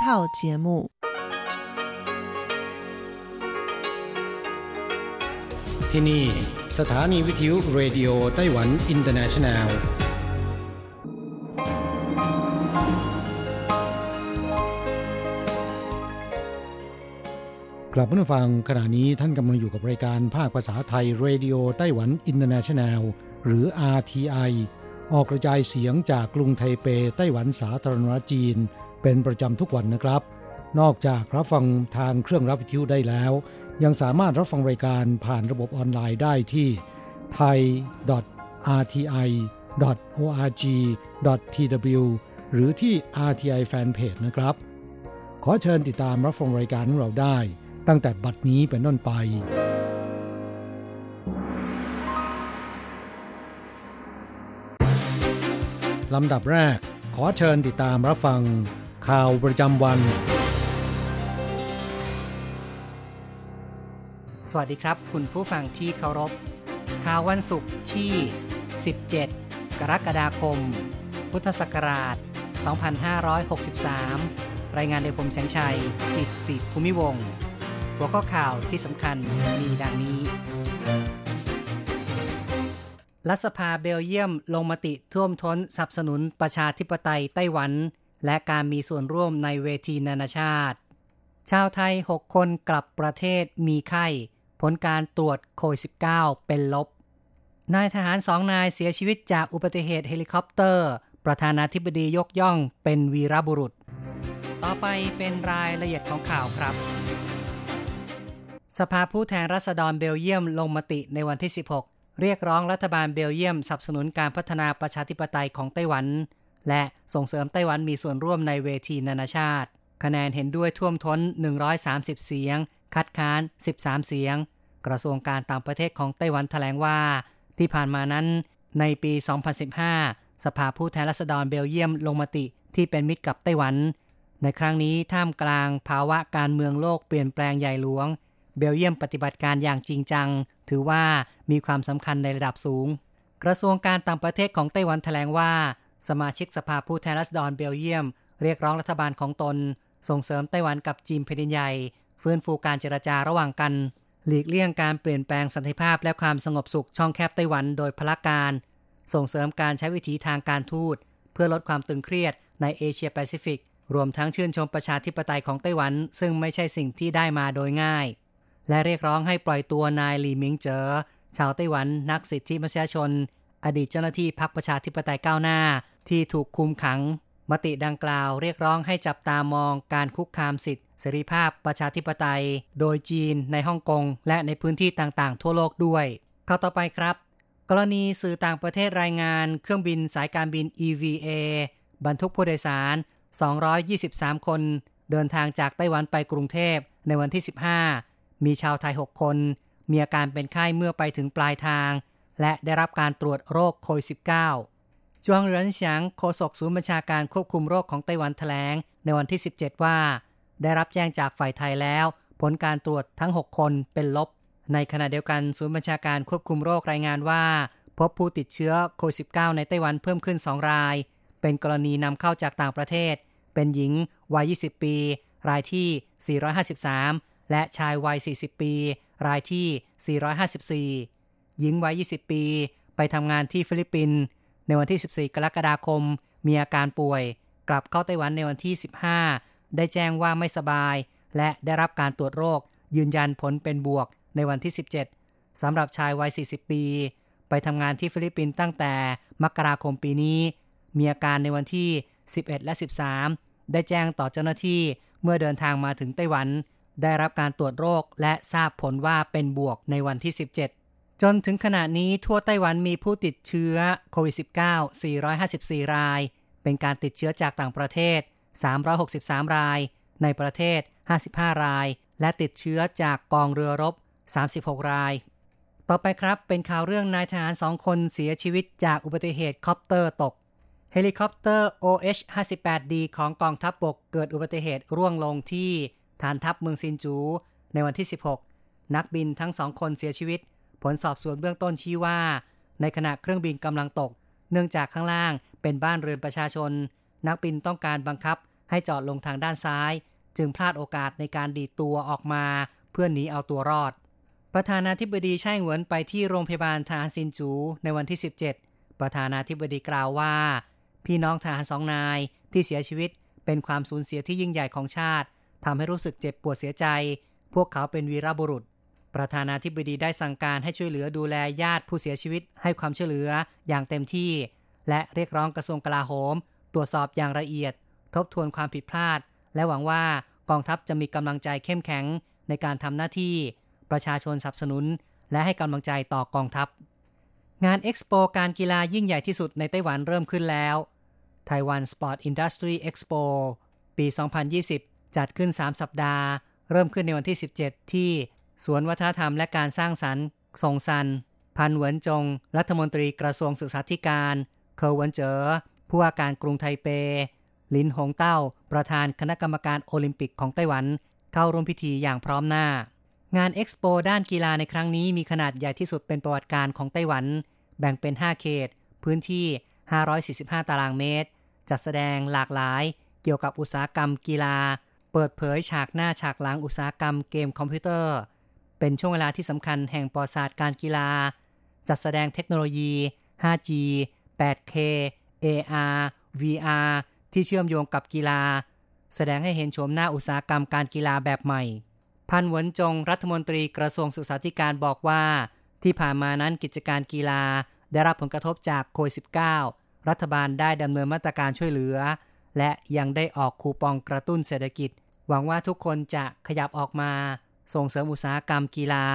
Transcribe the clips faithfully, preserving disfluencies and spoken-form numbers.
套节目。 ที่นี่สถานีวิทยุเรดิโอไต้หวันอินเตอร์เนชั่นแนลกลับมาฟังขณะนี้ท่านกำลังอยู่กับรายการภาคภาษาไทยเรดิโอไต้หวันอินเตอร์เนชั่นแนลหรือ อาร์ ที ไอ ออกกระจายเสียงจากกรุงไทเปไต้หวันสาธารณรัฐจีนเป็นประจำทุกวันนะครับนอกจากรับฟังทางเครื่องรับวิทยุได้แล้วยังสามารถรับฟังรายการผ่านระบบออนไลน์ได้ที่ ไทย ดอท อาร์ ที ไอ ดอท โอ อาร์ จี ดอท ที ดับเบิลยู หรือที่ อาร์ ที ไอ Fanpage นะครับขอเชิญติดตามรับฟังรายการของเราได้ตั้งแต่บัดนี้เป็นต้นไปลำดับแรกขอเชิญติดตามรับฟังข่าวประจำวันสวัสดีครับคุณผู้ฟังที่เคารพข่าววันศุกร์ที่สิบเจ็ดกรกฎาคมพุทธศักราชสองพันห้าร้อยหกสิบสามรายงานโดยผมแสงชัยกิตติภูมิวงศ์หัวข้อข่าวที่สำคัญมีดังนี้รัฐสภาเบลเยียมลงมติท่วมท้นสนับสนุนประชาธิปไตยไต้หวันและการมีส่วนร่วมในเวทีนานาชาติชาวไทยหกคนกลับประเทศมีไข้ผลการตรวจโควิด สิบเก้า เป็นลบนายทหารสองนายเสียชีวิตจากอุบัติเหตุเฮลิคอปเตอร์ประธานาธิบดียกย่องเป็นวีรบุรุษต่อไปเป็นรายละเอียดของข่าวครับสภาผู้แทนราษฎรเบลเยียมลงมติในวันที่สิบหกเรียกร้องรัฐบาลเบลเยียมสนับสนุนการพัฒนาประชาธิปไตยของไต้หวันและส่งเสริมไต้หวันมีส่วนร่วมในเวทีนานาชาติคะแนนเห็นด้วยท่วมท้นหนึ่งร้อยสามสิบเสียงคัดค้านสิบสามเสียงกระทรวงการต่างประเทศของไต้หวันแถลงว่าที่ผ่านมานั้นในปีสองพันสิบห้าสภาผู้แทนราษฎรเบลเยียมลงมติที่เป็นมิตรกับไต้หวันในครั้งนี้ท่ามกลางภาวะการเมืองโลกเปลี่ยนแปลงใหญ่หลวงเบลเยียมปฏิบัติการอย่างจริงจังถือว่ามีความสำคัญในระดับสูงกระทรวงการต่างประเทศของไต้หวันแถลงว่าสมาชิกสภาผู้แทนราษฎรเบลเยียมเรียกร้องรัฐบาลของตนส่งเสริมไต้หวันกับจีนแผ่นดินใหญ่ฟื้นฟูการเจรจาระหว่างกันหลีกเลี่ยงการเปลี่ยนแปลงสันติภาพและความสงบสุขช่องแคบไต้หวันโดยพลการส่งเสริมการใช้วิธีทางการทูตเพื่อลดความตึงเครียดในเอเชียแปซิฟิกรวมทั้งชื่นชมประชาธิปไตยของไต้หวันซึ่งไม่ใช่สิ่งที่ได้มาโดยง่ายและเรียกร้องให้ปล่อยตัวนายหลี่หมิงเจ๋อชาวไต้หวันนักสิทธิมนุษยชนอดีตเจ้าหน้าที่พรรคประชาธิปไตยก้าวหน้าที่ถูกคุมขังมติดังกล่าวเรียกร้องให้จับตามองการคุกคามสิทธิเสรีภาพประชาธิปไตยโดยจีนในฮ่องกงและในพื้นที่ต่างๆทั่วโลกด้วยเข้าต่อไปครับกรณีสื่อต่างประเทศรายงานเครื่องบินสายการบิน อี วี เอ บรรทุกผู้โดยสารสองร้อยยี่สิบสามคนเดินทางจากไต้หวันไปกรุงเทพในวันที่สิบห้ามีชาวไทยหกคนมีอาการเป็นไข้เมื่อไปถึงปลายทางและได้รับการตรวจโรคโควิด สิบเก้า จวงเหรินเฉียงโฆษกศูนย์บัญชาการควบคุมโรคของไต้หวันแถลงในวันที่สิบเจ็ดว่าได้รับแจ้งจากฝ่ายไทยแล้วผลการตรวจทั้งหกคนเป็นลบในขณะเดียวกันศูนย์บัญชาการควบคุมโรครายงานว่าพบผู้ติดเชื้อโควิด สิบเก้า ในไต้หวันเพิ่มขึ้นสองรายเป็นกรณีนำเข้าจากต่างประเทศเป็นหญิงวัยยี่สิบปีรายที่สี่ร้อยห้าสิบสามและชายวัยสี่สิบปีรายที่สี่ร้อยห้าสิบสี่หญิงวัยยี่สิบปีไปทำงานที่ฟิลิปปินส์ในวันที่สิบสี่กรกฎาคมมีอาการป่วยกลับเข้าไต้หวันในวันที่สิบห้าได้แจ้งว่าไม่สบายและได้รับการตรวจโรคยืนยันผลเป็นบวกในวันที่สิบเจ็ดสำหรับชายวัยสี่สิบปีไปทำงานที่ฟิลิปปินส์ตั้งแต่มกราคมปีนี้มีอาการในวันที่สิบเอ็ดและสิบสามได้แจ้งต่อเจ้าหน้าที่เมื่อเดินทางมาถึงไต้หวันได้รับการตรวจโรคและทราบผลว่าเป็นบวกในวันที่สิบเจ็ดจนถึงขณะนี้ทั่วไต้หวันมีผู้ติดเชื้อโควิด สิบเก้า สี่ร้อยห้าสิบสี่รายเป็นการติดเชื้อจากต่างประเทศสามร้อยหกสิบสามรายในประเทศห้าสิบห้ารายและติดเชื้อจากกองเรือรบสามสิบหกรายต่อไปครับเป็นข่าวเรื่องนายทหารสองคนเสียชีวิตจากอุบัติเหตุคอปเตอร์ตกเฮลิคอปเตอร์ โอ เอช ห้าสิบแปดดี ของกองทัพบกเกิดอุบัติเหตุร่วงลงที่ฐานทัพเมืองซินจูในวันที่สิบหกนักบินทั้งสองคนเสียชีวิตผลสอบสวนเบื้องต้นชี้ว่าในขณะเครื่องบินกำลังตกเนื่องจากข้างล่างเป็นบ้านเรือนประชาชนนักบินต้องการบังคับให้จอดลงทางด้านซ้ายจึงพลาดโอกาสในการดีดตัวออกมาเพื่อหนีเอาตัวรอดประธานาธิบดีไช่เหวินไปที่โรงพยาบาลทหารซินจูในวันที่สิบเจ็ดประธานาธิบดีกล่าวว่าพี่น้องทหารสองนายที่เสียชีวิตเป็นความสูญเสียที่ยิ่งใหญ่ของชาติทำให้รู้สึกเจ็บปวดเสียใจพวกเขาเป็นวีรบุรุษประธานาธิบดีได้สั่งการให้ช่วยเหลือดูแลญาติผู้เสียชีวิตให้ความช่วยเหลืออย่างเต็มที่และเรียกร้องกระทรวงกลาโหมตรวจสอบอย่างละเอียดทบทวนความผิดพลาดและหวังว่ากองทัพจะมีกำลังใจเข้มแข็งในการทำหน้าที่ประชาชนสนับสนุนและให้กำลังใจต่อกองทัพงานเอ็กซ์โปการกีฬายิ่งใหญ่ที่สุดในไต้หวันเริ่มขึ้นแล้ว Taiwan Sport Industry Expo ปี สองพันยี่สิบ จัดขึ้นสามสัปดาห์เริ่มขึ้นในวันที่สิบเจ็ดที่สวนวัฒนธรรมและการสร้างสรรค์ซงซันพันเหวินจงรัฐมนตรีกระทรวงศึกษาธิการเคอเหวินเจ๋อผู้ว่าการกรุงไทเปลินหงเต้าประธานคณะกรรมการโอลิมปิกของไต้หวันเข้าร่วมพิธีอย่างพร้อมหน้างานเอ็กซ์โปด้านกีฬาในครั้งนี้มีขนาดใหญ่ที่สุดเป็นประวัติการของไต้หวันแบ่งเป็นห้าเขตพื้นที่ห้าร้อยสี่สิบห้าตารางเมตรจัดแสดงหลากหลายเกี่ยวกับอุตสาหกรรมกีฬาเปิดเผยฉากหน้าฉากหลังอุตสาหกรรมเกมคอมพิวเตอร์เป็นช่วงเวลาที่สำคัญแห่งประวัติศาสตร์การกีฬาจัดแสดงเทคโนโลยี ห้าจี แปดเค เอ อาร์ วี อาร์ ที่เชื่อมโยงกับกีฬาแสดงให้เห็นโฉมหน้าอุตสาหกรรมการกีฬาแบบใหม่พันเหวินจงรัฐมนตรีกระทรวงศึกษาธิการบอกว่าที่ผ่านมานั้นกิจการกีฬาได้รับผลกระทบจากโควิด สิบเก้า รัฐบาลได้ดำเนินมาตรการช่วยเหลือและยังได้ออกคูปองกระตุ้นเศรษฐกิจหวังว่าทุกคนจะขยับออกมาส่งเสริมอุตสาหกรรมกีฬา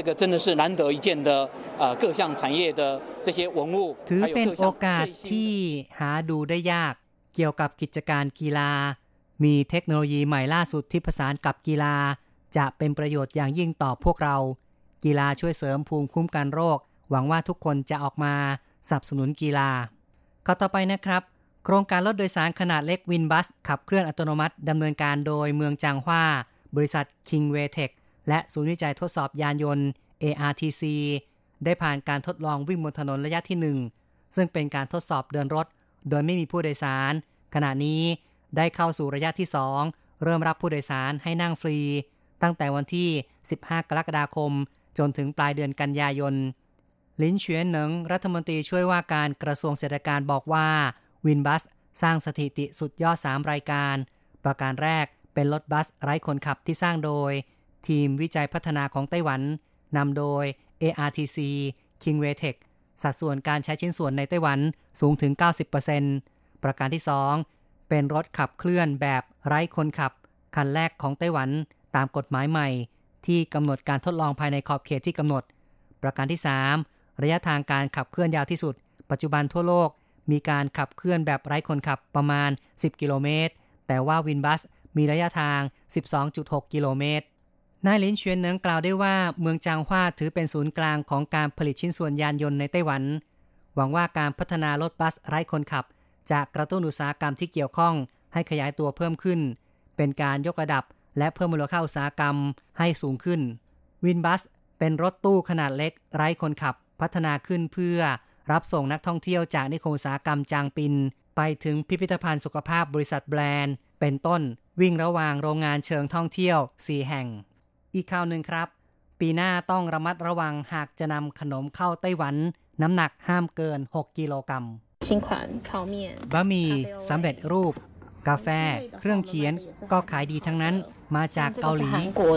ถือเป็นโอกาสที่หาดูได้ยากเกี่ยวกับกิจการกีฬามีเทคโนโลยีใหม่ล่าสุดที่ผสานกับกีฬาจะเป็นประโยชน์อย่างยิ่งต่อพวกเรากีฬาช่วยเสริมภูมิคุ้มกันโรคหวังว่าทุกคนจะออกมาสนับสนุนกีฬาข้อต่อไปนะครับโครงการรถโดยสารขนาดเล็กวินบัสขับเคลื่อนอัตโนมัติดำเนินการโดยเมืองจางฮวาบริษัท Kingway Tech และศูนย์วิจัยทดสอบยานยนต์ เอ อาร์ ที ซี ได้ผ่านการทดลองวิ่งบนถนนระยะที่หนึ่งซึ่งเป็นการทดสอบเดินรถโดยไม่มีผู้โดยสารขณะนี้ได้เข้าสู่ระยะที่สองเริ่มรับผู้โดยสารให้นั่งฟรีตั้งแต่วันที่สิบห้ากรกฎาคมจนถึงปลายเดือนกันยายนลินเฉียนเหนิงรัฐมนตรีช่วยว่าการกระทรวงเศรษฐกิจบอกว่าวินบัสสร้างสถิติสุดยอดสามรายการประการแรกเป็นรถบัสไร้คนขับที่สร้างโดยทีมวิจัยพัฒนาของไต้หวันนำโดย เอ อาร์ ที ซี Kingway Tech สัดส่วนการใช้ชิ้นส่วนในไต้หวันสูงถึง เก้าสิบเปอร์เซ็นต์ ประการที่สองเป็นรถขับเคลื่อนแบบไร้คนขับคันแรกของไต้หวันตามกฎหมายใหม่ที่กำหนดการทดลองภายในขอบเขตที่กำหนดประการที่สามระยะทางการขับเคลื่อนยาวที่สุดปัจจุบันทั่วโลกมีการขับเคลื่อนแบบไร้คนขับประมาณสิบกิโลเมตรแต่ว่าวินบัสมีระยะทาง สิบสองจุดหกกิโลเมตรนายหลินเฉียนเหนิงกล่าวได้ว่าเมืองจางฮวาถือเป็นศูนย์กลางของการผลิตชิ้นส่วนยานยนต์ในไต้หวันหวังว่าการพัฒนารถบัสไร้คนขับจะกระตุ้นอุตสาหกรรมที่เกี่ยวข้องให้ขยายตัวเพิ่มขึ้นเป็นการยกระดับและเพิ่มมูลค่าอุตสาหกรรมให้สูงขึ้นวินบัสเป็นรถตู้ขนาดเล็กไร้คนขับพัฒนาขึ้นเพื่อรับส่งนักท่องเที่ยวจากนิคมอุตสาหกรรมจางปินไปถึงพิพิธภัณฑ์สุขภาพบริษัทแบรนด์เป็นต้นวิ่งระหว่างโรงงานเชิงท่องเที่ยวสี่แห่งอีกข่าวหนึ่งครับปีหน้าต้องระมัดระวังหากจะนำขนมเข้าไต้หวันน้ำหนักห้ามเกินหกกิโลกรัมบะหมี่สำเร็จรูปกาแฟเครื่องเขียนก็ขายดีทั้งนั้นมาจากเกาหลี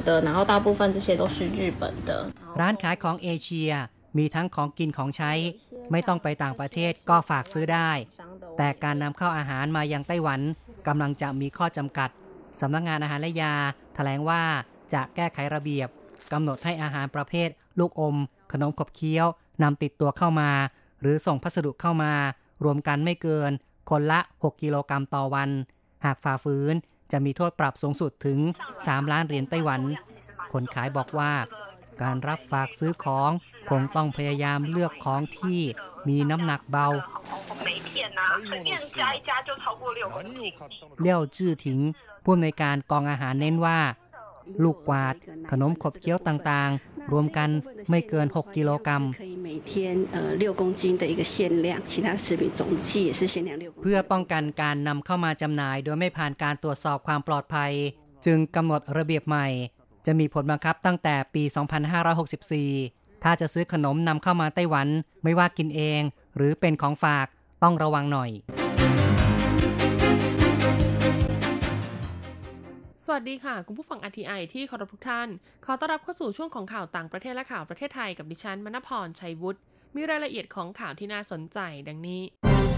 ร้านขายของเอเชียมีทั้งของกินของใช้ไม่ต้องไปต่างประเทศก็ฝากซื้อได้แต่การนำเข้าอาหารมายังไต้หวันกำลังจะมีข้อจำกัดสำนักงานอาหารและยาแถลงว่าจะแก้ไขระเบียบกำหนดให้อาหารประเภทลูกอมขนมขบเคี้ยวนำติดตัวเข้ามาหรือส่งพัสดุเข้ามารวมกันไม่เกินคนละหกกิโลกรัมต่อวันหากฝ่าฝืนจะมีโทษปรับสูงสุดถึงสามล้านเหรียญไต้หวันคนขายบอกว่าการรับฝากซื้อของคงต้องพยายามเลือกของที่มีน้ำหนักเบาเลี่ยวจื้อถิงผู้อำนวยการกองอาหารเน้นว่าลูกกวาดขนมขบเคี้ยวต่างๆรวมกันไม่เกินหกกิโลกรัมเพื่อป้องกันการนำเข้ามาจำหน่ายโดยไม่ผ่านการตรวจสอบความปลอดภัยจึงกำหนดระเบียบใหม่จะมีผลบังคับตั้งแต่ปีสองพันห้าร้อยหกสิบสี่ถ้าจะซื้อขนมนำเข้ามาไต้หวันไม่ว่ากินเองหรือเป็นของฝากต้องระวังหน่อยสวัสดีค่ะคุณผู้ฟัง อาร์ ที ไอ ที่เคารพทุกท่านขอต้อนรับเข้าสู่ช่วงของข่าวต่างประเทศและข่าวประเทศไทยกับดิฉันมณพรชัยวุฒิมีรายละเอียดของข่าวที่น่าสนใจดังนี้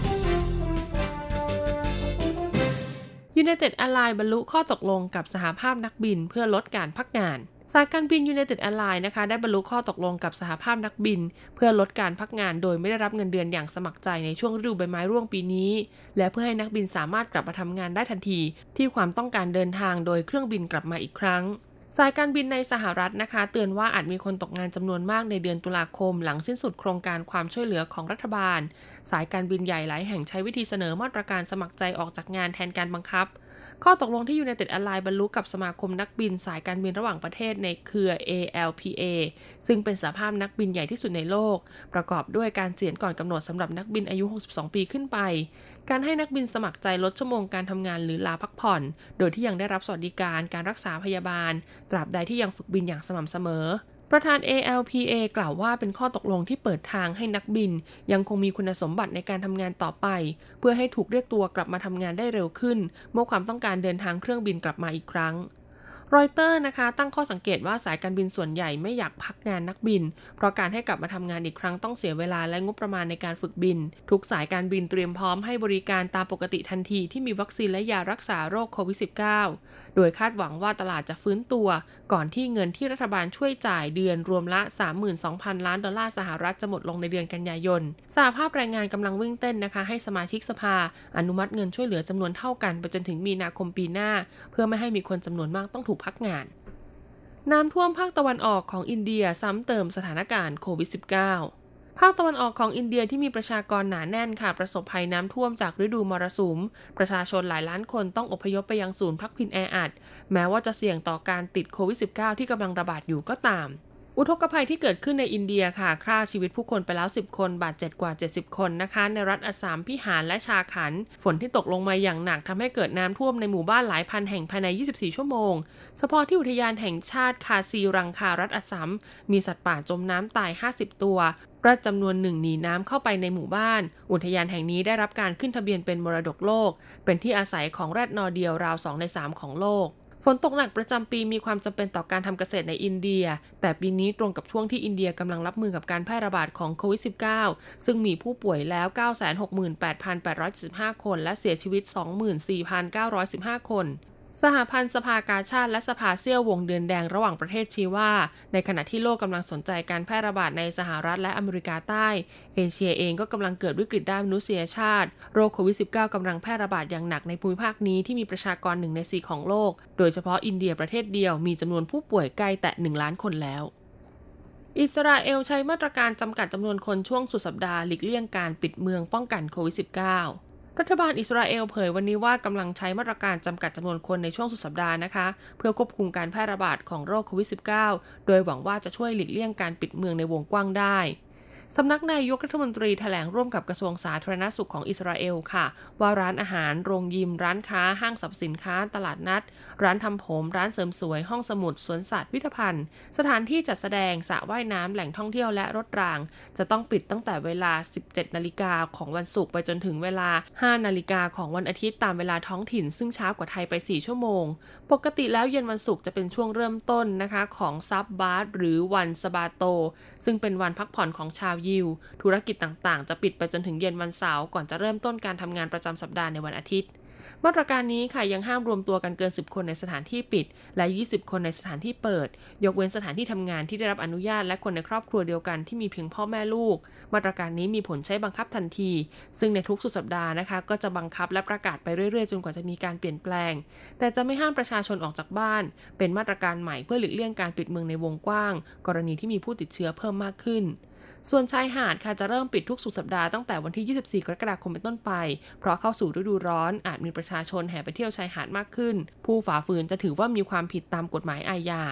United Airlines บรรลุข้อตกลงกับสหภาพนักบินเพื่อลดการพักงานสายการบิน United Airlines นะคะได้บรรลุข้อตกลงกับสหภาพนักบินเพื่อลดการพักงานโดยไม่ได้รับเงินเดือนอย่างสมัครใจในช่วงฤดูใบไม้ร่วงปีนี้และเพื่อให้นักบินสามารถกลับมาทำงานได้ทันทีที่ความต้องการเดินทางโดยเครื่องบินกลับมาอีกครั้งสายการบินในสหรัฐนะคะเตือนว่าอาจมีคนตกงานจำนวนมากในเดือนตุลาคมหลังสิ้นสุดโครงการความช่วยเหลือของรัฐบาลสายการบินใหญ่หลายแห่งใช้วิธีเสนอมาตรการสมัครใจออกจากงานแทนการบังคับข้อตกลงที่ United Airlines บรรลุกับสมาคมนักบินสายการบินระหว่างประเทศในเครือ เอ แอล พี เอ ซึ่งเป็นสหภาพนักบินใหญ่ที่สุดในโลกประกอบด้วยการเสี่ยงก่อนกำหนดสำหรับนักบินอายุหกสิบสองปีขึ้นไปการให้นักบินสมัครใจลดชั่วโมงการทำงานหรือลาพักผ่อนโดยที่ยังได้รับสวัสดิการการรักษาพยาบาลตราบใดที่ยังฝึกบินอย่างสม่ำเสมอประธาน เอ แอล พี เอ กล่าวว่าเป็นข้อตกลงที่เปิดทางให้นักบินยังคงมีคุณสมบัติในการทำงานต่อไปเพื่อให้ถูกเรียกตัวกลับมาทำงานได้เร็วขึ้นเมื่อความต้องการเดินทางเครื่องบินกลับมาอีกครั้งรอยเตอร์นะคะตั้งข้อสังเกตว่าสายการบินส่วนใหญ่ไม่อยากพักงานนักบินเพราะการให้กลับมาทำงานอีกครั้งต้องเสียเวลาและงบประมาณในการฝึกบินทุกสายการบินเตรียมพร้อมให้บริการตามปกติทันทีที่มีวัคซีนและยารักษาโรคโควิด สิบเก้า โดยคาดหวังว่าตลาดจะฟื้นตัวก่อนที่เงินที่รัฐบาลช่วยจ่ายเดือนรวมละ สามหมื่นสองพัน ล้านดอลลาร์สหรัฐจะหมดลงในเดือนกันยายนสหภาพแรงงานกำลังวิ่งเต้นนะคะให้สมาชิกสภาอนุมัติเงินช่วยเหลือจำนวนเท่ากันไปจนถึงมีนาคมปีหน้าเพื่อไม่ให้มีคนจำนวนมากต้องถูกพักงานน้ำท่วมภาคตะวันออกของอินเดียซ้ำเติมสถานการณ์โควิด สิบเก้า ภาคตะวันออกของอินเดียที่มีประชากรหนาแน่นค่ะประสบภัยน้ำท่วมจากฤดูมรสุมประชาชนหลายล้านคนต้องอพยพไปยังศูนย์พักพิงแออัดแม้ว่าจะเสี่ยงต่อการติดโควิด สิบเก้า ที่กำลังระบาดอยู่ก็ตามอุทกภัยที่เกิดขึ้นในอินเดียค่ะฆ่าชีวิตผู้คนไปแล้วสิบคนบาดเจ็บกว่าเจ็ดสิบคนนะคะในรัฐอัสสามพิหารและชาขันฝนที่ตกลงมาอย่างหนักทำให้เกิดน้ำท่วมในหมู่บ้านหลายพันแห่งภายในยี่สิบสี่ชั่วโมงเฉพาะที่อุทยานแห่งชาติคาซีรังคารัฐอัสสัมมีสัตว์ป่าจมน้ำตายห้าสิบตัวรัฐจำนวนหนึ่งหนีน้ำเข้าไปในหมู่บ้านอุทยานแห่งนี้ได้รับการขึ้นทะเบียนเป็นมรดกโลกเป็นที่อาศัยของแรดนอร์เดียราวสองในสามของโลกฝนตกหนักประจำปีมีความจำเป็นต่อการทำเกษตรในอินเดียแต่ปีนี้ตรงกับช่วงที่อินเดียกำลังรับมือกับการแพร่ระบาดของโควิด สิบเก้า ซึ่งมีผู้ป่วยแล้ว เก้าแสนหกหมื่นแปดพันแปดร้อยเจ็ดสิบห้า คนและเสียชีวิต สองหมื่นสี่พันเก้าร้อยสิบห้า คนสหพันธ์สภากาชาดและสภาเซี่ยววงเดือนแดงระหว่างประเทศชี้ว่าในขณะที่โลกกำลังสนใจการแพร่ระบาดในสหรัฐและอเมริกาใต้เอเชียเองก็กำลังเกิดวิกฤตด้านมนุษยชาติโรคโควิด สิบเก้า กำลังแพร่ระบาดอย่างหนักในภูมิภาคนี้ที่มีประชากรหนึ่งในสี่ของโลกโดยเฉพาะอินเดียประเทศเดียวมีจำนวนผู้ป่วยใกล้แตะหนึ่งล้านคนแล้วอิสราเอลใช้มาตรการจำกัดจำนวนคนช่วงสุดสัปดาห์หลีกเลี่ยงการปิดเมืองป้องกันโควิด สิบเก้ารัฐบาลอิสราเอลเผยวันนี้ว่ากำลังใช้มาตรการจำกัดจำนวนคนในช่วงสุดสัปดาห์นะคะเพื่อควบคุมการแพร่ระบาดของโรคโควิด สิบเก้า โดยหวังว่าจะช่วยหลีกเลี่ยงการปิดเมืองในวงกว้างได้สำนักนายกรัฐมนตรีแถลงร่วมกับกระทรวงสาธารณสุขของอิสราเอลค่ะว่าร้านอาหารโรงยิมร้านค้าห้างสรรพสินค้าตลาดนัดร้านทำผมร้านเสริมสวยห้องสมุดสวนสัตว์พิพิธภัณฑ์สถานที่จัดแสดงสระว่ายน้ำแหล่งท่องเที่ยวและรถรางจะต้องปิดตั้งแต่เวลา สิบเจ็ดนาฬิกาของวันศุกร์ไปจนถึงเวลา ห้านาฬิกาของวันอาทิตย์ตามเวลาท้องถิ่นซึ่งช้ากว่าไทยไปสี่ชั่วโมงปกติแล้วเย็นวันศุกร์จะเป็นช่วงเริ่มต้นนะคะของซับบาตหรือวันสบาโตซึ่งเป็นวันพักผ่อนของชาวยิวธุรกิจต่างๆจะปิดไปจนถึงเย็นวันเสาร์ก่อนจะเริ่มต้นการทำงานประจำสัปดาห์ในวันอาทิตย์มาตรการนี้ค่ะยังห้ามรวมตัวกันเกินสิบคนในสถานที่ปิดและยี่สิบคนในสถานที่เปิดยกเว้นสถานที่ทำงานที่ได้รับอนุญาตและคนในครอบครัวเดียวกันที่มีเพียงพ่อแม่ลูกมาตรการนี้มีผลใช้บังคับทันทีซึ่งในทุกสุดสัปดาห์นะคะก็จะบังคับและประกาศไปเรื่อยๆจนกว่าจะมีการเปลี่ยนแปลงแต่จะไม่ห้ามประชาชนออกจากบ้านเป็นมาตรการใหม่เพื่อหลีกเลี่ยงการปิดเมืองในวงกว้างกรณีที่มีผู้ติดเชื้อเพิ่มมากขึ้นส่วนชายหาดค่ะจะเริ่มปิดทุกสุดสัปดาห์ตั้งแต่วันที่ยี่สิบสี่กรกฎาคมเป็นต้นไปเพราะเข้าสู่ฤดูร้อนอาจมีประชาชนแห่ไปเที่ยวชายหาดมากขึ้นผู้ฝ่าฝืนจะถือว่ามีความผิดตามกฎหมายอาญา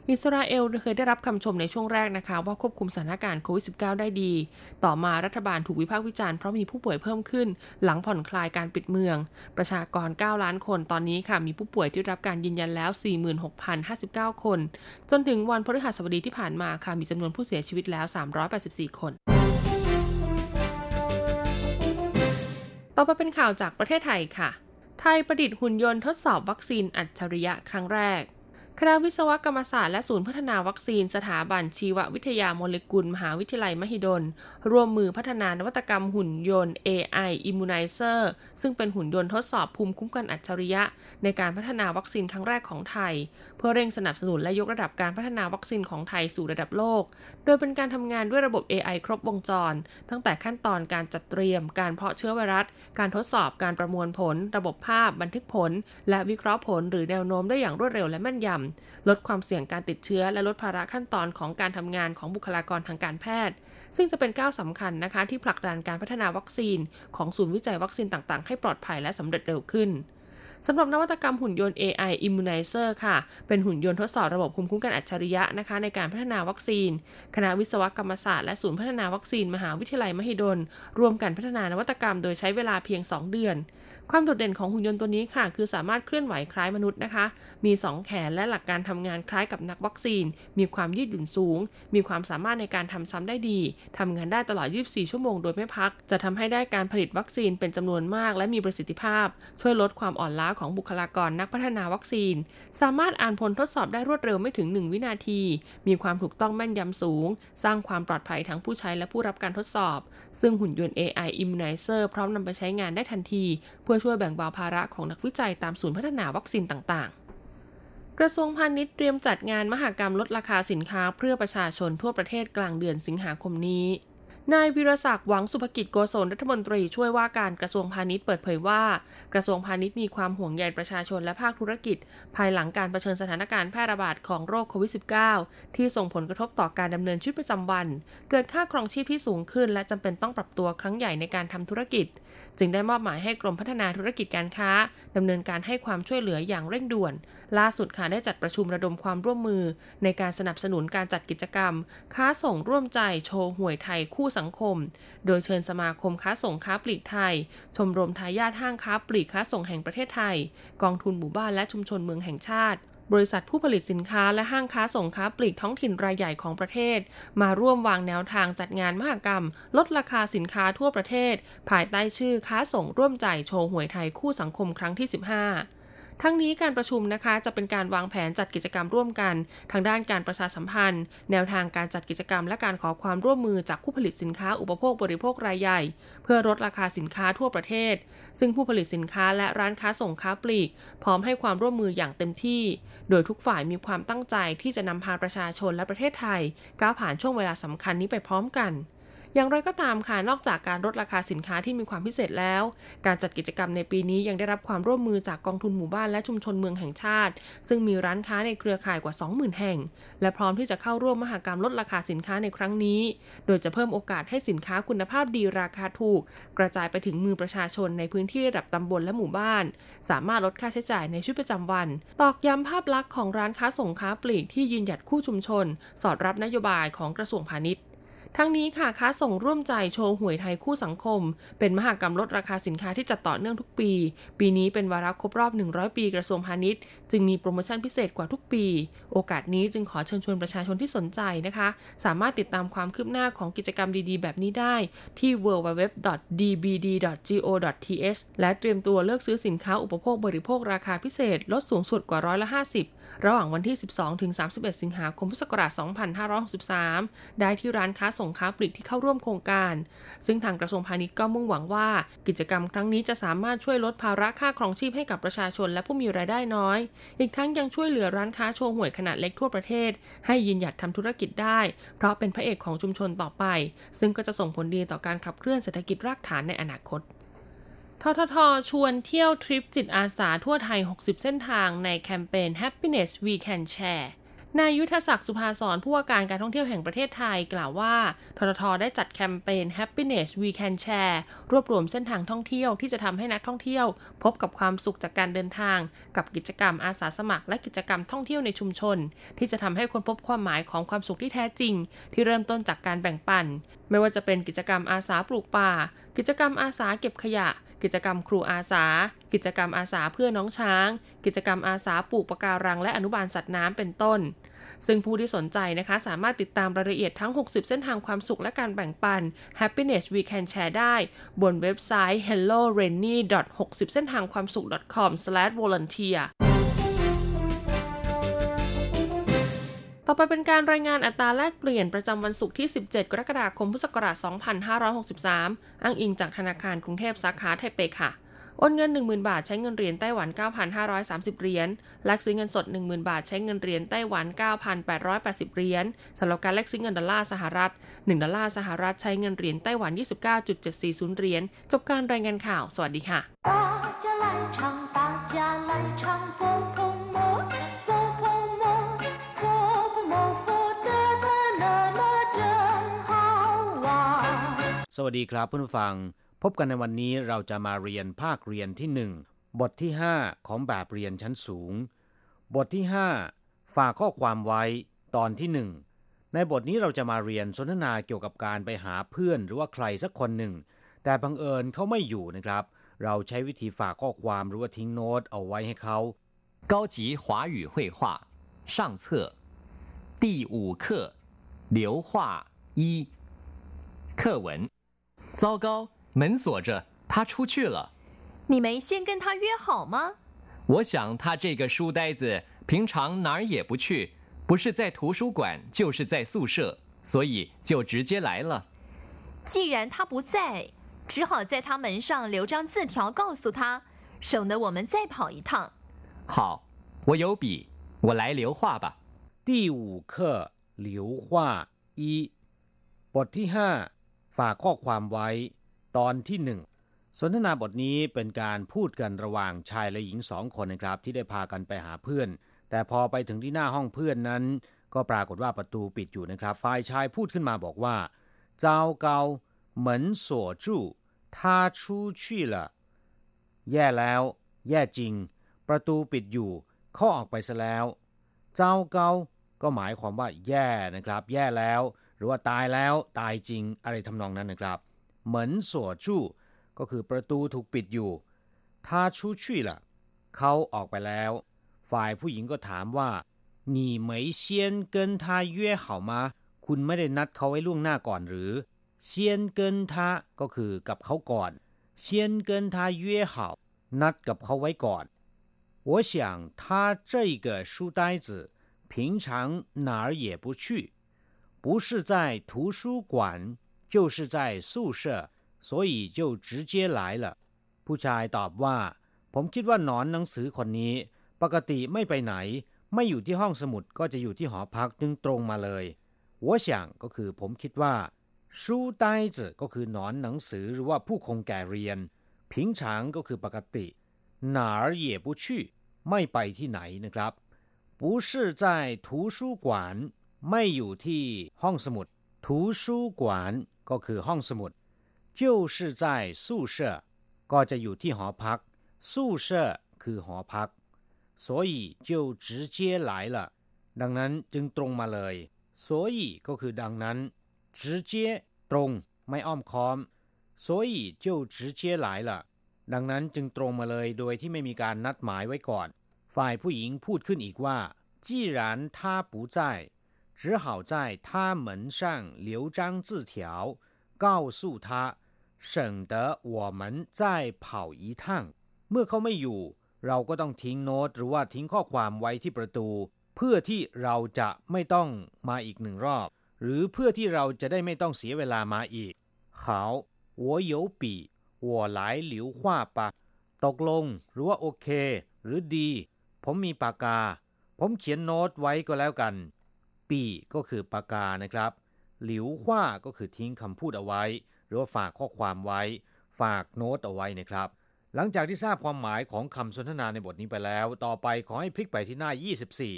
อิสราเอลเคยได้รับคำชมในช่วงแรกนะคะว่าควบคุมสถานการณ์โควิด สิบเก้า ได้ดีต่อมารัฐบาลถูกวิพากษ์วิจารณ์เพราะมีผู้ป่วยเพิ่มขึ้นหลังผ่อนคลายการปิดเมืองประชากรเก้าล้านคนตอนนี้ค่ะมีผู้ป่วยที่รับการยืนยันแล้ว สี่หมื่นหกพันห้าสิบเก้า คนจนถึงวันพฤหัสบดีที่ผ่านมาค่ะมีจำนวนผู้เสียชีวิตแล้วสามร้อยแปดสิบสี่คนต่อไปเป็นข่าวจากประเทศไทยค่ะไทยประดิษฐ์หุ่นยนต์ทดสอบวัคซีนอัจฉริยะครั้งแรกคณะวิศวกรรมศาสตร์และศูนย์พัฒนาวัคซีนสถาบันชีววิทยาโมเลกุลมหาวิทยาลัยมหิดลร่วมมือพัฒนานวัตกรรมหุ่นยนต์ เอ ไอ Immunizer ซึ่งเป็นหุ่นยนต์ทดสอบภูมิคุ้มกันอัจฉริยะในการพัฒนาวัคซีนครั้งแรกของไทยเพื่อเร่งสนับสนุนและยกระดับการพัฒนาวัคซีนของไทยสู่ระดับโลกโดยเป็นการทำงานด้วยระบบ เอ ไอ ครบวงจรตั้งแต่ขั้นตอนการจัดเตรียมการเพาะเชื้อไวรัสการทดสอบการประมวลผลระบบภาพบันทึกผลและวิเคราะห์ผลหรือแนวโน้มได้อย่างรวดเร็วและแม่นยำลดความเสี่ยงการติดเชื้อและลดภาระขั้นตอนของการทำงานของบุคลากรทางการแพทย์ซึ่งจะเป็นก้าวสำคัญนะคะที่ผลักดันการพัฒนาวัคซีนของศูนย์วิจัยวัคซีนต่างๆให้ปลอดภัยและสำเร็จเร็วขึ้นสำหรับนวัตกรรมหุ่นยนต์ เอ ไอ Immunizer ค่ะเป็นหุ่นยนต์ทดสอบระบบภูมิคุ้มกันอัจฉริยะนะคะในการพัฒนาวัคซีนคณะวิศวกรรมศาสตร์และศูนย์พัฒนาวัคซีนมหาวิทยาลัยมหิดลร่วมกันพัฒนานวัตกรรมโดยใช้เวลาเพียงสองเดือนความโดดเด่นของหุ่นยนต์ตัวนี้ค่ะคือสามารถเคลื่อนไหวคล้ายมนุษย์นะคะมีสองแขนและหลักการทำงานคล้ายกับนักวัคซีนมีความยืดหยุ่นสูงมีความสามารถในการทำซ้ำได้ดีทำงานได้ตลอดยี่สิบสี่ชั่วโมงโดยไม่พักจะทำให้ได้การผลิตวัคซีนเป็นจำนวนมากและมีประสิทธิภาพช่วยลดความอ่อนล้าของบุคลากรนักพัฒนาวัคซีนสามารถอ่านผลทดสอบได้รวดเร็วไม่ถึงหนึ่งวินาทีมีความถูกต้องแม่นยำสูงสร้างความปลอดภัยทั้งผู้ใช้และผู้รับการทดสอบซึ่งหุ่นยนต์ เอ ไอ Immunizer พร้อมนำไปใช้งานได้ทันทีเพื่อช่วยแบ่งเบาภาระของนักวิจัยตามศูนย์พัฒนาวัคซีนต่างๆกระทรวงพาณิชย์เตรียมจัดงานมหกรรมลดราคาสินค้าเพื่อประชาชนทั่วประเทศกลางเดือนสิงหาคมนี้นายวิรศักดิ์หวังสุภกิจโกศลรัฐมนตรีช่วยว่าการกระทรวงพาณิชย์เปิดเผยว่ากระทรวงพาณิชย์มีความห่วงใยประชาชนและภาคธุรกิจภายหลังการเผชิญสถานการณ์แพร่ระบาดของโรคโควิด สิบเก้า ที่ส่งผลกระทบต่อการดำเนินชีวิตประจำวันเกิดค่าครองชีพที่สูงขึ้นและจำเป็นต้องปรับตัวครั้งใหญ่ในการทำธุรกิจจึงได้มอบหมายให้กรมพัฒนาธุรกิจการค้าดำเนินการให้ความช่วยเหลืออย่างเร่งด่วนล่าสุดค่ะได้จัดประชุมระดมความร่วมมือในการสนับสนุนการจัดกิจกรรมค้าส่งร่วมใจโชว์หวยไทยคู่สังคมโดยเชิญสมาคมค้าส่งค้าปลีกไทยชมรมทายาทห้างค้าปลีกค้าส่งแห่งประเทศไทยกองทุนหมู่บ้านและชุมชนเมืองแห่งชาติบริษัทผู้ผลิตสินค้าและห้างค้าส่งค้าปลีกท้องถิ่นรายใหญ่ของประเทศมาร่วมวางแนวทางจัดงานมหกรรมลดราคาสินค้าทั่วประเทศภายใต้ชื่อค้าส่งร่วมใจโชว์หวยไทยคู่สังคมครั้งที่สิบห้าทั้งนี้การประชุมนะคะจะเป็นการวางแผนจัดกิจกรรมร่วมกันทางด้านการประชาสัมพันธ์แนวทางการจัดกิจกรรมและการขอความร่วมมือจากผู้ผลิตสินค้าอุปโภคบริโภครายใหญ่เพื่อลดราคาสินค้าทั่วประเทศซึ่งผู้ผลิตสินค้าและร้านค้าส่งค้าปลีกพร้อมให้ความร่วมมืออย่างเต็มที่โดยทุกฝ่ายมีความตั้งใจที่จะนำพาประชาชนและประเทศไทยก้าวผ่านช่วงเวลาสำคัญนี้ไปพร้อมกันอย่างไรก็ตามค่ะนอกจากการลดราคาสินค้าที่มีความพิเศษแล้วการจัดกิจกรรมในปีนี้ยังได้รับความร่วมมือจากกองทุนหมู่บ้านและชุมชนเมืองแห่งชาติซึ่งมีร้านค้าในเครือข่ายกว่า สองหมื่น แห่งและพร้อมที่จะเข้าร่วมมหกรรมลดราคาสินค้าในครั้งนี้โดยจะเพิ่มโอกาสให้สินค้าคุณภาพดีราคาถูกกระจายไปถึงมือประชาชนในพื้นที่ระดับตำบลและหมู่บ้านสามารถลดค่าใช้จ่ายในชีวิตประจำวันตอกย้ำภาพลักษณ์ของร้านค้าส่งค้าปลีกที่ยืนหยัดคู่ชุมชนสอดรับนโยบายของกระทรวงพาณิชย์ทั้งนี้ค่ะค้าส่งร่วมใจโชว์หวยไทยคู่สังคมเป็นมหกรรมลดราคาสินค้าที่จัดต่อเนื่องทุกปีปีนี้เป็นวาระครบรอบหนึ่งร้อยปีกระทรวงพาณิชย์จึงมีโปรโมชั่นพิเศษกว่าทุกปีโอกาสนี้จึงขอเชิญชวนประชาชนที่สนใจนะคะสามารถติดตามความคืบหน้าของกิจกรรมดีๆแบบนี้ได้ที่ ดับเบิลยู ดับเบิลยู ดับเบิลยู ดอท ดี บี ดี ดอท จี โอ ดอท ที เอช และเตรียมตัวเลือกซื้อสินค้าอุปโภคบริโภคราคาพิเศษลดสูงสุดกว่าร้อยละห้าสิบระหว่างวันที่สิบสองถึงสามสิบเอ็ดสิงหาคมพุทธศักราชสองพันห้าร้อยหกสิบสามได้ที่ร้านค้าส่งค้าปลีกที่เข้าร่วมโครงการซึ่งทางกระทรวงพาณิชย์ก็มุ่งหวังว่ากิจกรรมครั้งนี้จะสามารถช่วยลดภาระค่าครองชีพให้กับประชาชนและผู้มีรายได้น้อยอีกทั้งยังช่วยเหลือร้านค้าโชว์หวยขนาดเล็กทั่วประเทศให้ยืนหยัดทำธุรกิจได้เพราะเป็นพระเอกของชุมชนต่อไปซึ่งก็จะส่งผลดีต่อการขับเคลื่อนเศรษฐกิจรากฐานในอนาคตททท.ชวนเที่ยวทริปจิตอาสาทั่วไทยหกสิบเส้นทางในแคมเปญ Happiness We Can Share นายยุทธศักดิ์สุภาสรผู้ว่าการการท่องเที่ยวแห่งประเทศไทยกล่าวว่าททท.ได้จัดแคมเปญ Happiness We Can Share รวบรวมเส้นทางท่องเที่ยวที่จะทำให้นักท่องเที่ยวพบกับความสุขจากการเดินทางกับกิจกรรมอาสาสมัครและกิจกรรมท่องเที่ยวในชุมชนที่จะทำให้คนพบความหมายของความสุขที่แท้จริงที่เริ่มต้นจากการแบ่งปันไม่ว่าจะเป็นกิจกรรมอาสาปลูกป่ากิจกรรมอาสาเก็บขยะกิจกรรมครูอาสากิจกรรมอาสาเพื่อน้องช้างกิจกรรมอาสาปลูกปะการังและอนุบาลสัตว์น้ำเป็นต้นซึ่งผู้ที่สนใจนะคะสามารถติดตามรายละเอียดทั้งหกสิบเส้นทางความสุขและการแบ่งปัน Happiness We Can Share ได้บนเว็บไซต์ เฮลโลเรนนี่ ดอท หกสิบ เส้นทางความสุข ดอท คอม สแลช วอลันเทียร์ ต่อไปเป็นการรายงานอัตราแลกเปลี่ยนประจำวันศุกร์ที่สิบเจ็ดกรกฎาคมพุทธศักราชสองพันห้าร้อยหกสิบสามอ้างอิงจากธนาคารกรุงเทพสาขาไทเปค่ะโอนเงิน หนึ่งหมื่น บาทใช้เงินเหรียญไต้หวัน เก้าพันห้าร้อยสามสิบ เหรียญแลกซื้อเงินสด หนึ่งหมื่น บาทใช้เงินเหรียญไต้หวัน เก้าพันแปดร้อยแปดสิบ เหรียญสำหรับการแลกซื้อเงินดอลลาร์สหรัฐหนึ่งดอลลาร์สหรัฐใช้เงินเหรียญไต้หวัน ยี่สิบเก้าจุดเจ็ดสี่ศูนย์ เหรียญจบการรายงานข่าวสวัสดีค่ะสวัสดีครับเพื่อนผู้ฟังพบกันในวันนี้เราจะมาเรียนภาคเรียนที่หนึ่งบทที่ห้าของแบบเรียนชั้นสูงบทที่ห้าฝากข้อความไว้ตอนที่หนึ่งในบทนี้เราจะมาเรียนสนทนาเกี่ยวกับการไปหาเพื่อนหรือว่าใครสักคนหนึ่งแต่บังเอิญเขาไม่อยู่นะครับเราใช้วิธีฝากข้อความหรือว่าทิ้งโน้ตเอาไว้ให้เขา高级华语绘画上册第五课流画一课文糟糕门锁着他出去了你没先跟他约好吗我想他这个书呆子平常哪儿也不去不是在图书馆就是在宿舍所以就直接来了既然他不在只好在他门上留张字条告诉他省得我们再跑一趟好我有笔我来留画吧第五课流画一บทที่ห้าฝากข้อความไว้ตอนที่หนึ่งสนทนาบทนี้เป็นการพูดกันระหว่างชายและหญิงสองคนนะครับที่ได้พากันไปหาเพื่อนแต่พอไปถึงที่หน้าห้องเพื่อนนั้นก็ปรากฏว่าประตูปิดอยู่นะครับฝ่ายชายพูดขึ้นมาบอกว่า糟糕门锁住他出去了แย่แล้วแย่จริงประตูปิดอยู่เขาออกไปซะแล้ว糟糕ก็หมายความว่าแย่นะครับแย่แล้วหรือว่าตายแล้วตายจริงอะไรทำนองนั้นนะครับเหมือน锁住ก็คือประตูถูกปิดอยู่他出去了เขาออกไปแล้วฝ่ายผู้หญิงก็ถามว่า你没先跟他约好吗คุณไม่ได้นัดเขาไว้ล่วงหน้าก่อนหรือ先跟他ก็คือกับเขาก่อน先跟他约好นัดกับเขาไว้ก่อน我想他这个书呆子平常哪儿也不去不是在图书馆就是在宿舍所以就直接来了ผู้ชายตอบว่าผมคิดว่าหนอนหนังสือคนนี้ปกติไม่ไปไหนไม่อยู่ที่ห้องสมุดก็จะอยู่ที่หอพักจึงตรงมาเลย我想ก็คือผมคิดว่า书呆子ก็คือหนอนหนังสือหรือว่าผู้คงแก่เรียน平常ก็คือปกติ哪儿也不去ไม่ไปที่ไหนนะครับ不是在图书馆ไม่อยู่ที่ห้องสมุด图书馆ก็คือห้องสมุด就是在宿舍ก็จะอยู่ที่หอพัก宿舍คือหอพัก所以就直接来了ดังนั้นจึงตรงมาเลย所以ก็คือดังนั้น直接ตรงไม่อ้อมค้อม所以就直接来了ดังนั้นจึงตรงมาเลยโดยที่ไม่มีการนัดหมายไว้ก่อนฝ่ายผู้หญิงพูดขึ้นอีกว่า既然他不在只好在他门上留张字条告诉他省得我们再跑一趟เมื่อเขาไม่อยู่เราก็ต้องทิ้งโน้ตหรือว่าทิ้งข้อความไว้ที่ประตูเพื่อที่เราจะไม่ต้องมาอีกหนึ่งรอบหรือเพื่อที่เราจะได้ไม่ต้องเสียเวลามาอีก好我有笔我来留画吧ตกลงหรือว่าโอเคหรือดีผมมีปากกาผมเขียนโน้ตไว้ก็แล้วกันปีก็คือปากกานะครับหลิวหว่าก็คือทิ้งคำพูดเอาไว้หรือว่าฝากข้อความไว้ฝากโน้ตเอาไว้นะครับหลังจากที่ทราบความหมายของคำสนทนาในบทนี้ไปแล้วต่อไปขอให้พลิกไปที่หน้ายี่สิบสี่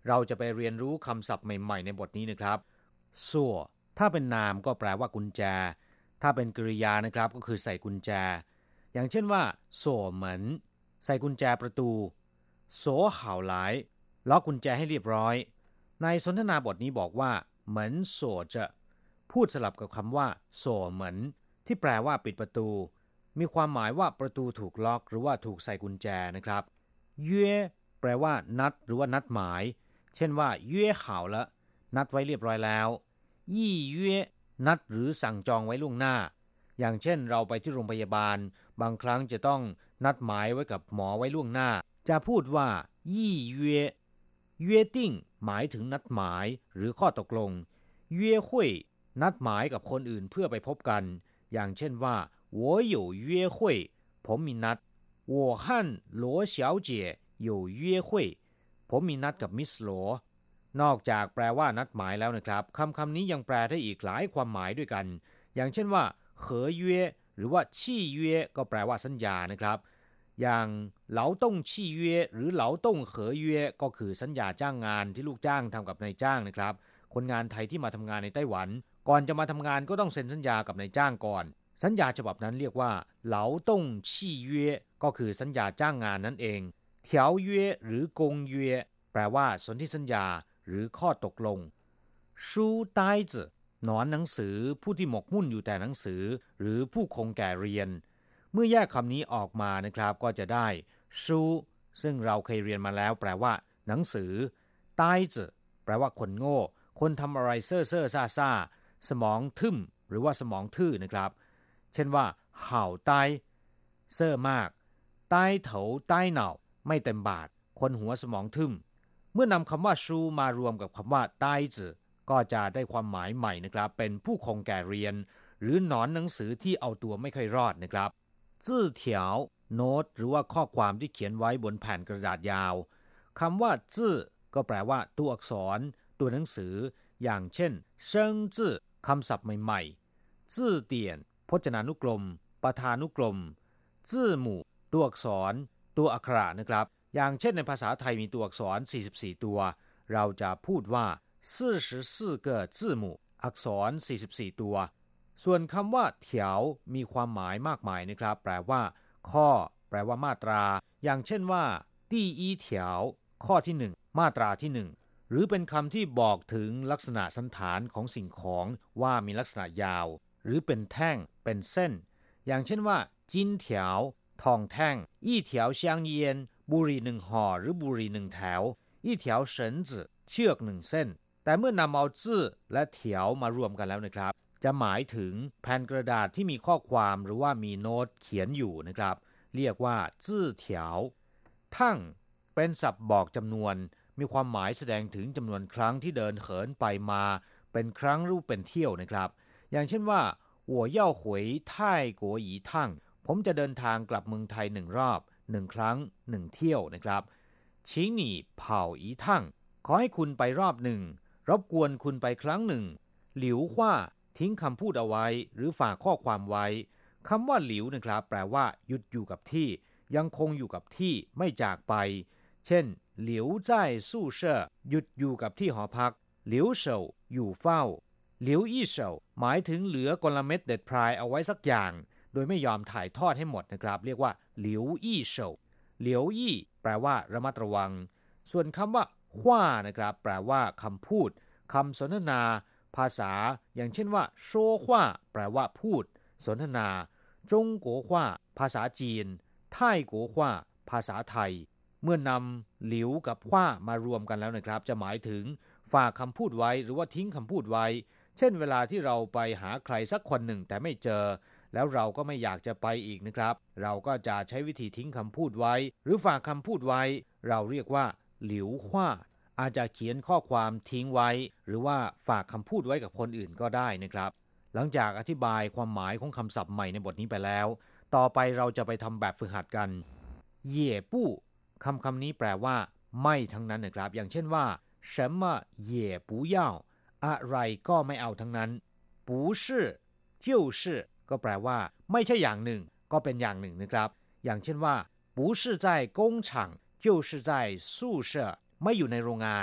เราจะไปเรียนรู้คำศัพท์ใหม่ๆในบทนี้นะครับสั่วถ้าเป็นนามก็แปลว่ากุญแจถ้าเป็นกริยานะครับก็คือใส่กุญแจอย่างเช่นว่าสั่วเหมือนใส่กุญแจประตูโสเห่าหลายล็อกกุญแจให้เรียบร้อยในสนทนาบทนี้บอกว่าเหมือนโสจะพูดสลับกับคำว่าโสเหมือนที่แปลว่าปิดประตูมีความหมายว่าประตูถูกล็อกหรือว่าถูกใส่กุญแจนะครับเย่แปลว่านัดหรือว่านัดหมายเช่นว่าเย่เห่าแล้วนัดไว้เรียบร้อยแล้วยี่เย่นัดหรือสั่งจองไว้ล่วงหน้าอย่างเช่นเราไปที่โรงพยาบาลบางครั้งจะต้องนัดหมายไว้กับหมอไว้ล่วงหน้าจะพูดว่ายี่เย่เย่ติ้งหมายถึงนัดหมายหรือข้อตกลงเย่หุยนัดหมายกับคนอื่นเพื่อไปพบกันอย่างเช่นว่า我有约会ผมมีนัด我和罗小姐有约会ผมมีนัดกับมิสโหลนอกจากแปลว่านัดหมายแล้วนะครับคำคำนี้ยังแปลได้อีกหลายความหมายด้วยกันอย่างเช่นว่าเหอเย่หรือว่าชี่เย่ก็แปลว่าสัญญานะครับอย่างเหลาต้งชี่เย่หรือเหลาต้งเหอเย่ก็คือสัญญาจ้างงานที่ลูกจ้างทำกับนายจ้างนะครับคนงานไทยที่มาทำงานในไต้หวันก่อนจะมาทำงานก็ต้องเซ็นสัญญากับนายจ้างก่อนสัญญาฉบับนั้นเรียกว่าเหลาต้งชี่เย่ก็คือสัญญาจ้างงานนั่นเองเถียวเย่หรือกงเย่แปลว่าสนธิสัญญาหรือข้อตกลงชูไต้จื่อหนอนหนังสือผู้ที่หมกมุ่นอยู่แต่หนังสือหรือผู้คงแก่เรียนเมื่อแยกคำนี้ออกมานะครับก็จะได้ชูซึ่งเราเคยเรียนมาแล้วแปลว่าหนังสือไต้จื่อแปลว่าคนโง่คนทำอะไรเซ่อเซ่อซ่าซ่าสมองทึ่มหรือว่าสมองทื่อนะครับเช่นว่าเห่าไต้เซ่อมากไต้เถาไต้เหน่าไม่เต็มบาทคนหัวสมองทึ่มเมื่อนำคำว่าชูมารวมกับคำว่าไต้จื่อก็จะได้ความหมายใหม่นะครับเป็นผู้คงแก่เรียนหรือหนอนหนังสือที่เอาตัวไม่ค่อยรอดนะครับจื่อเถียวโน้ตหรือว่าข้อความที่เขียนไว้บนแผ่นกระดาษยาวคำว่าจื่อก็แปลว่าตัวอักษรตัวหนังสืออย่างเช่นเซิงจื่อคำศัพท์ใหม่ๆจื่อเตียนพจนานุกรมประธานุกรมจื่อหมู่ตัวอักษรตัวอักขระนะครับอย่างเช่นในภาษาไทยมีตัวอักษรสี่สิบสี่ตัวเราจะพูดว่าสี่สิบสี่个字母อักษรสี่สิบสี่ตัวส่วนคำว่าเถียวมีความหมายมากมายนะครับแปลว่าข้อแปลว่ามาตราอย่างเช่นว่าตี้อีเถียวข้อที่หนึ่งมาตราที่หนึ่งหรือเป็นคำที่บอกถึงลักษณะสันฐานของสิ่งของว่ามีลักษณะยาวหรือเป็นแท่งเป็นเส้นอย่างเช่นว่าจินเถียวทองแท่งอี้เถียวเซียงเยียนบุหรี่หนึ่งห่อหรือบุหรี่หนึ่งแถวอี้เถียวเฉินจื่อเชือกหนึ่งเส้นแต่เมื่อนำเอาจื้อและเถียวมารวมกันแล้วนะครับจะหมายถึงแผ่นกระดาษที่มีข้อความหรือว่ามีโน้ตเขียนอยู่นะครับเรียกว่าจื้อเถียวทั้งเป็นศัพท์บอกจำนวนมีความหมายแสดงถึงจำนวนครั้งที่เดินเหินไปมาเป็นครั้งรูปเป็นเที่ยวนะครับอย่างเช่นว่า我要回泰国一趟ผมจะเดินทางกลับเมืองไทยหนึ่งรอบหนึ่งครั้งหนึ่งเที่ยวนะครับ请你跑一趟ขอให้คุณไปรอบหนึ่งรบกวนคุณไปครั้งหนึ่งหลิวว่า ทิ้งคำพูดเอาไว้หรือฝากข้อความไว้คำว่าหลิวนะครับแปลว่าหยุดอยู่กับที่ยังคงอยู่กับที่ไม่จากไปเช่นหลิว在宿舍หยุดอยู่กับที่หอพักหลิวเฉาอยู่เฝ้าหลิวอี้เฉาหมายถึงเหลือกลเม็ดเด็ดพรายเอาไว้สักอย่างโดยไม่ยอมถ่ายทอดให้หมดนะครับเรียกว่าหลิวอี้เฉาหลิวอี้แปลว่าระมัดระวังส่วนคำว่าขว้านะครับแปลว่าคำพูดคำสนทนาภาษาอย่างเช่นว่าโชขว้าแปลว่าพูดสนทนาจงกัวขว้าภาษาจีนไต้กัวขว้าภาษาไทยเมื่อนำหลิวกับขว้ามารวมกันแล้วนะครับจะหมายถึงฝากคำพูดไว้หรือว่าทิ้งคำพูดไว้เช่นเวลาที่เราไปหาใครสักคนหนึ่งแต่ไม่เจอแล้วเราก็ไม่อยากจะไปอีกนะครับเราก็จะใช้วิธีทิ้งคำพูดไว้หรือฝากคำพูดไว้เราเรียกว่าหลิวขว้าอาจจะเขียนข้อความทิ้งไว้หรือว่าฝากคำพูดไว้กับคนอื่นก็ได้นะครับหลังจากอธิบายความหมายของคำศัพท์ใหม่ในบทนี้ไปแล้วต่อไปเราจะไปทำแบบฝึกหัดกันเย่ปู้คำคำนี้แปลว่าไม่ทั้งนั้นนะครับอย่างเช่นว่า什么也不要อะไรก็ไม่เอาทั้งนั้น不是就是ก็แปลว่าไม่ใช่อย่างหนึ่งก็เป็นอย่างหนึ่งนะครับอย่างเช่นว่า不是在工厂就是在宿舍ไม่อยู่ในโรงงาน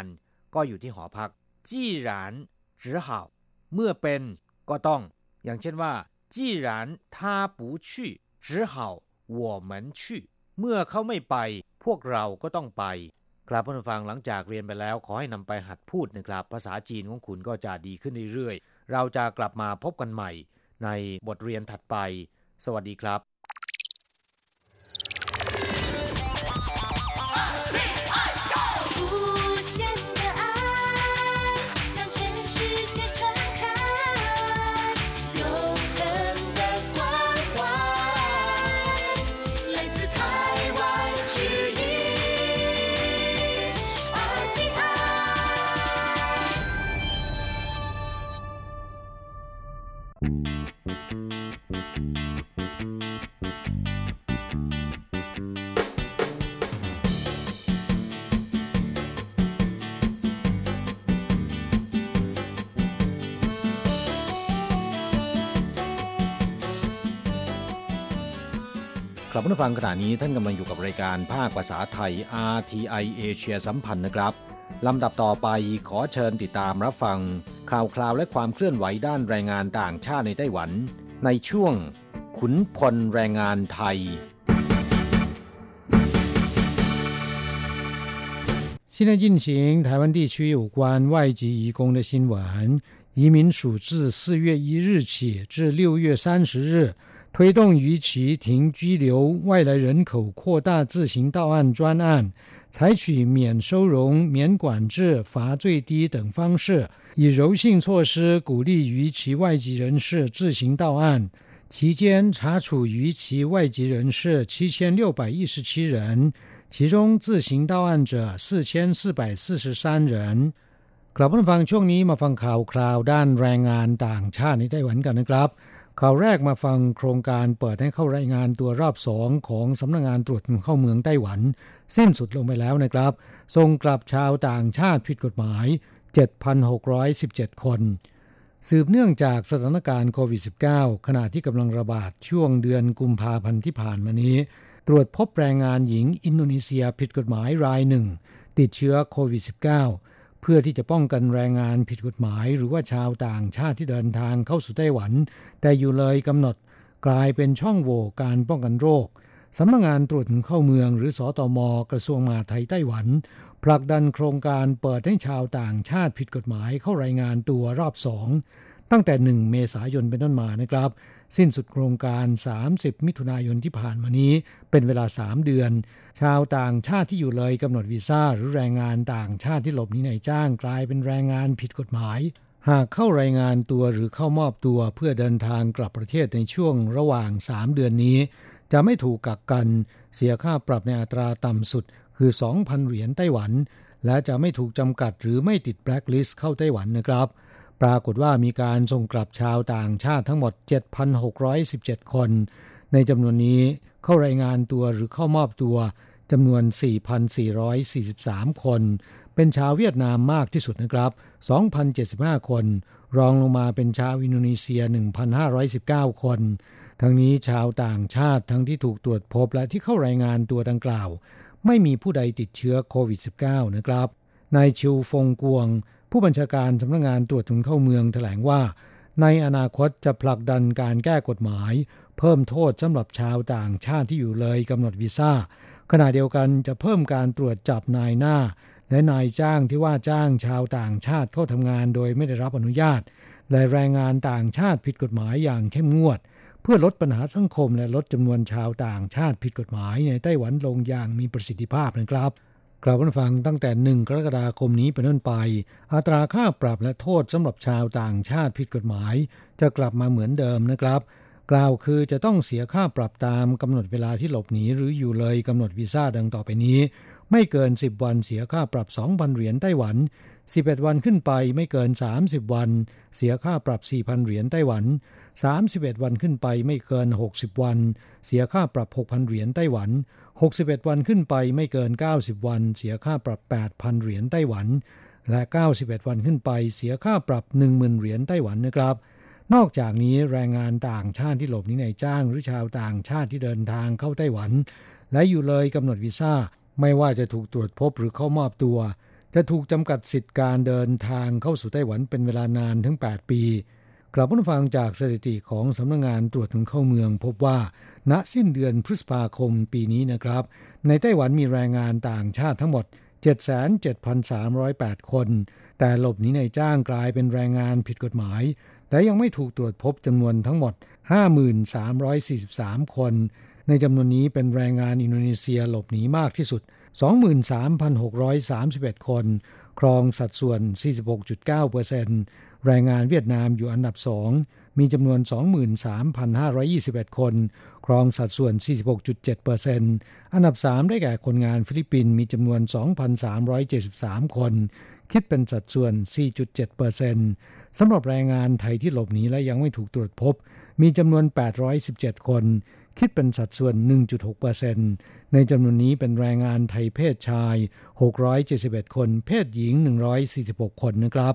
ก็อยู่ที่หอพัก既然只好เมื่อเป็นก็ต้องอย่างเช่นว่า既然他不去只好我们去เมื่อเขาไม่ไปพวกเราก็ต้องไปครับผู้ฟังหลังจากเรียนไปแล้วขอให้นำไปหัดพูดนะครับภาษาจีนของคุณก็จะดีขึ้นเรื่อยๆเราจะกลับมาพบกันใหม่ในบทเรียนถัดไปสวัสดีครับครับผู้ฟังขณะนี้ท่านกำลังอยู่กับรายการภาคภาษาไทย อาร์ ที ไอ เอเชียสัมพันธ์นะครับลำดับต่อไปขอเชิญติดตามรับฟังข่าวคราวและความเคลื่อนไหวด้านแรงงานต่างชาติในไต้หวันในช่วงขุนพลแรงงานไทย现在进行台湾地区有关外籍移工的新闻。移民署自四月一日起至六月三十日，推动逾期停居留外来人口扩大自行到案专案，采取免收容、免管制、罚最低等方式，以柔性措施鼓励逾期外籍人士自行到案。期间查处逾期外籍人士七千六百一十七人。其中自行到案者四千四百四十三人กลับมาฟังช่วงนี้มาฟังข่าวคราวด้านแรงงานต่างชาติในไต้หวันกันนะครับข่าวแรกมาฟังโครงการเปิดให้เข้ารายงานตัวรอบสองของสำนักงานตรวจคนเข้าเมืองไต้หวันสิ้นสุดลงไปแล้วนะครับส่งกลับชาวต่างชาติผิดกฎหมาย เจ็ดพันหกร้อยสิบเจ็ด คนสืบเนื่องจากสถานการณ์โควิด สิบเก้า ขณะที่กำลังระบาดช่วงเดือนกุมภาพันธ์ที่ผ่านมานี้ตรวจพบแรงงานหญิงอินโดนีเซียผิดกฎหมายรายหนึ่งติดเชื้อโควิด สิบเก้า เพื่อที่จะป้องกันแรงงานผิดกฎหมายหรือว่าชาวต่างชาติที่เดินทางเข้าสู่ไต้หวันแต่อยู่เลยกำหนดกลายเป็นช่องโหว่การป้องกันโรคสำนักงานตรวจคนเข้าเมืองหรือสตม.กระทรวงมหาดไทยไต้หวันผลักดันโครงการเปิดให้ชาวต่างชาติผิดกฎหมายเข้ารายงานตัวรอบสองตั้งแต่หนึ่งเมษายนเป็นต้นมานะครับสิ้นสุดโครงการสามสิบมิถุนายนที่ผ่านมานี้เป็นเวลาสามเดือนชาวต่างชาติที่อยู่เลยกำหนดวีซ่าหรือแรงงานต่างชาติที่หลบหนีนายจ้างกลายเป็นแรงงานผิดกฎหมายหากเข้ารายงานตัวหรือเข้ามอบตัวเพื่อเดินทางกลับประเทศในช่วงระหว่างสามเดือนนี้จะไม่ถูกกักกันเสียค่าปรับในอัตราต่ำสุดคือ สองพัน เหรียญไต้หวันและจะไม่ถูกจำกัดหรือไม่ติดแบล็คลิสต์เข้าไต้หวันนะครับปรากฏว่ามีการส่งกลับชาวต่างชาติทั้งหมด เจ็ดพันหกร้อยสิบเจ็ด คนในจำนวนนี้เข้ารายงานตัวหรือเข้ามอบตัวจำนวน สี่พันสี่ร้อยสี่สิบสาม คนเป็นชาวเวียดนามมากที่สุดนะครับ สองพันเจ็ดสิบห้า คนรองลงมาเป็นชาวอินโดนีเซีย หนึ่งพันห้าร้อยสิบเก้า คนทั้งนี้ชาวต่างชาติทั้งที่ถูกตรวจพบและที่เข้ารายงานตัวดังกล่าวไม่มีผู้ใดติดเชื้อโควิด สิบเก้า นะครับนายชิวฟงกวงผู้บัญชาการสำนักงานตรวจคนเข้าเมืองแถลงว่าในอนาคตจะผลักดันการแก้กฎหมายเพิ่มโทษสำหรับชาวต่างชาติที่อยู่เลยกำหนดวีซ่าขณะเดียวกันจะเพิ่มการตรวจจับนายหน้าและนายจ้างที่ว่าจ้างชาวต่างชาติเข้าทำงานโดยไม่ได้รับอนุญาตและแรงงานต่างชาติผิดกฎหมายอย่างเข้มงวดเพื่อลดปัญหาสังคมและลดจำนวนชาวต่างชาติผิดกฎหมายในไต้หวันลงอย่างมีประสิทธิภาพนะครับกล่าวให้ฟังตั้งแต่หนึ่งกรกฎาคมนี้เป็นต้นไปอัตราค่าปรับและโทษสำหรับชาวต่างชาติผิดกฎหมายจะกลับมาเหมือนเดิมนะครับกล่าวคือจะต้องเสียค่าปรับตามกำหนดเวลาที่หลบหนีหรืออยู่เลยกำหนดวีซ่าดังต่อไปนี้ไม่เกินสิบวันเสียค่าปรับ สองพัน เหรียญไต้หวันสิบเอ็ดวันขึ้นไปไม่เกินสามสิบวันเสียค่าปรับ สี่พัน เหรียญไต้หวันสามสิบเอ็ดวันขึ้นไปไม่เกินหกสิบวันเสียค่าปรับ หกพัน เหรียญไต้หวันหกสิบเอ็ดวันขึ้นไปไม่เกินเก้าสิบวันเสียค่าปรับ แปดพัน เหรียญไต้หวันและเก้าสิบเอ็ดวันขึ้นไปเสียค่าปรับ หนึ่งหมื่น เหรียญไต้หวันนะครับนอกจากนี้แรงงานต่างชาติที่หลบหนีนายจ้างหรือชาวต่างชาติที่เดินทางเข้าไต้หวันและอยู่เลยกำหนดวีซ่าไม่ว่าจะถูกตรวจพบหรือเข้ามอบตัวจะถูกจำกัดสิทธิการเดินทางเข้าสู่ไต้หวันเป็นเวลานานถึงแปดปีกลับมาฟังจากสถิติของสำนักงานตรวจคนเข้าเมืองพบว่าณสิ้นเดือนพฤษภาคมปีนี้นะครับในไต้หวันมีแรงงานต่างชาติทั้งหมด เจ็ดแสนเจ็ดพันสามร้อยแปด คนแต่หลบหนีนายจ้างกลายเป็นแรงงานผิดกฎหมายแต่ยังไม่ถูกตรวจพบจำนวนทั้งหมด ห้าหมื่นสามร้อยสี่สิบสาม คนในจำนวนนี้เป็นแรงงานอินโดนีเซียหลบหนีมากที่สุด สองหมื่นสามพันหกร้อยสามสิบเอ็ด คนครองสัดส่วน สี่สิบหกจุดเก้าเปอร์เซ็นต์ แรงงานเวียดนามอยู่อันดับสองมีจำนวน สองหมื่นสามพันห้าร้อยยี่สิบเอ็ด คนครองสัดส่วน สี่สิบหกจุดเจ็ดเปอร์เซ็นต์ อันดับสามได้แก่คนงานฟิลิปปินส์มีจำนวน สองพันสามร้อยเจ็ดสิบสาม คนคิดเป็นสัดส่วน สี่จุดเจ็ดเปอร์เซ็นต์ สำหรับแรงงานไทยที่หลบหนีและยังไม่ถูกตรวจพบมีจำนวนแปดร้อยสิบเจ็ดคนคิดเป็นสัดส่วน หนึ่งจุดหกเปอร์เซ็นต์ ในจำนวนนี้เป็นแรงงานไทยเพศชายหกร้อยเจ็ดสิบเอ็ดคนเพศหญิงหนึ่งร้อยสี่สิบหกคนนะครับ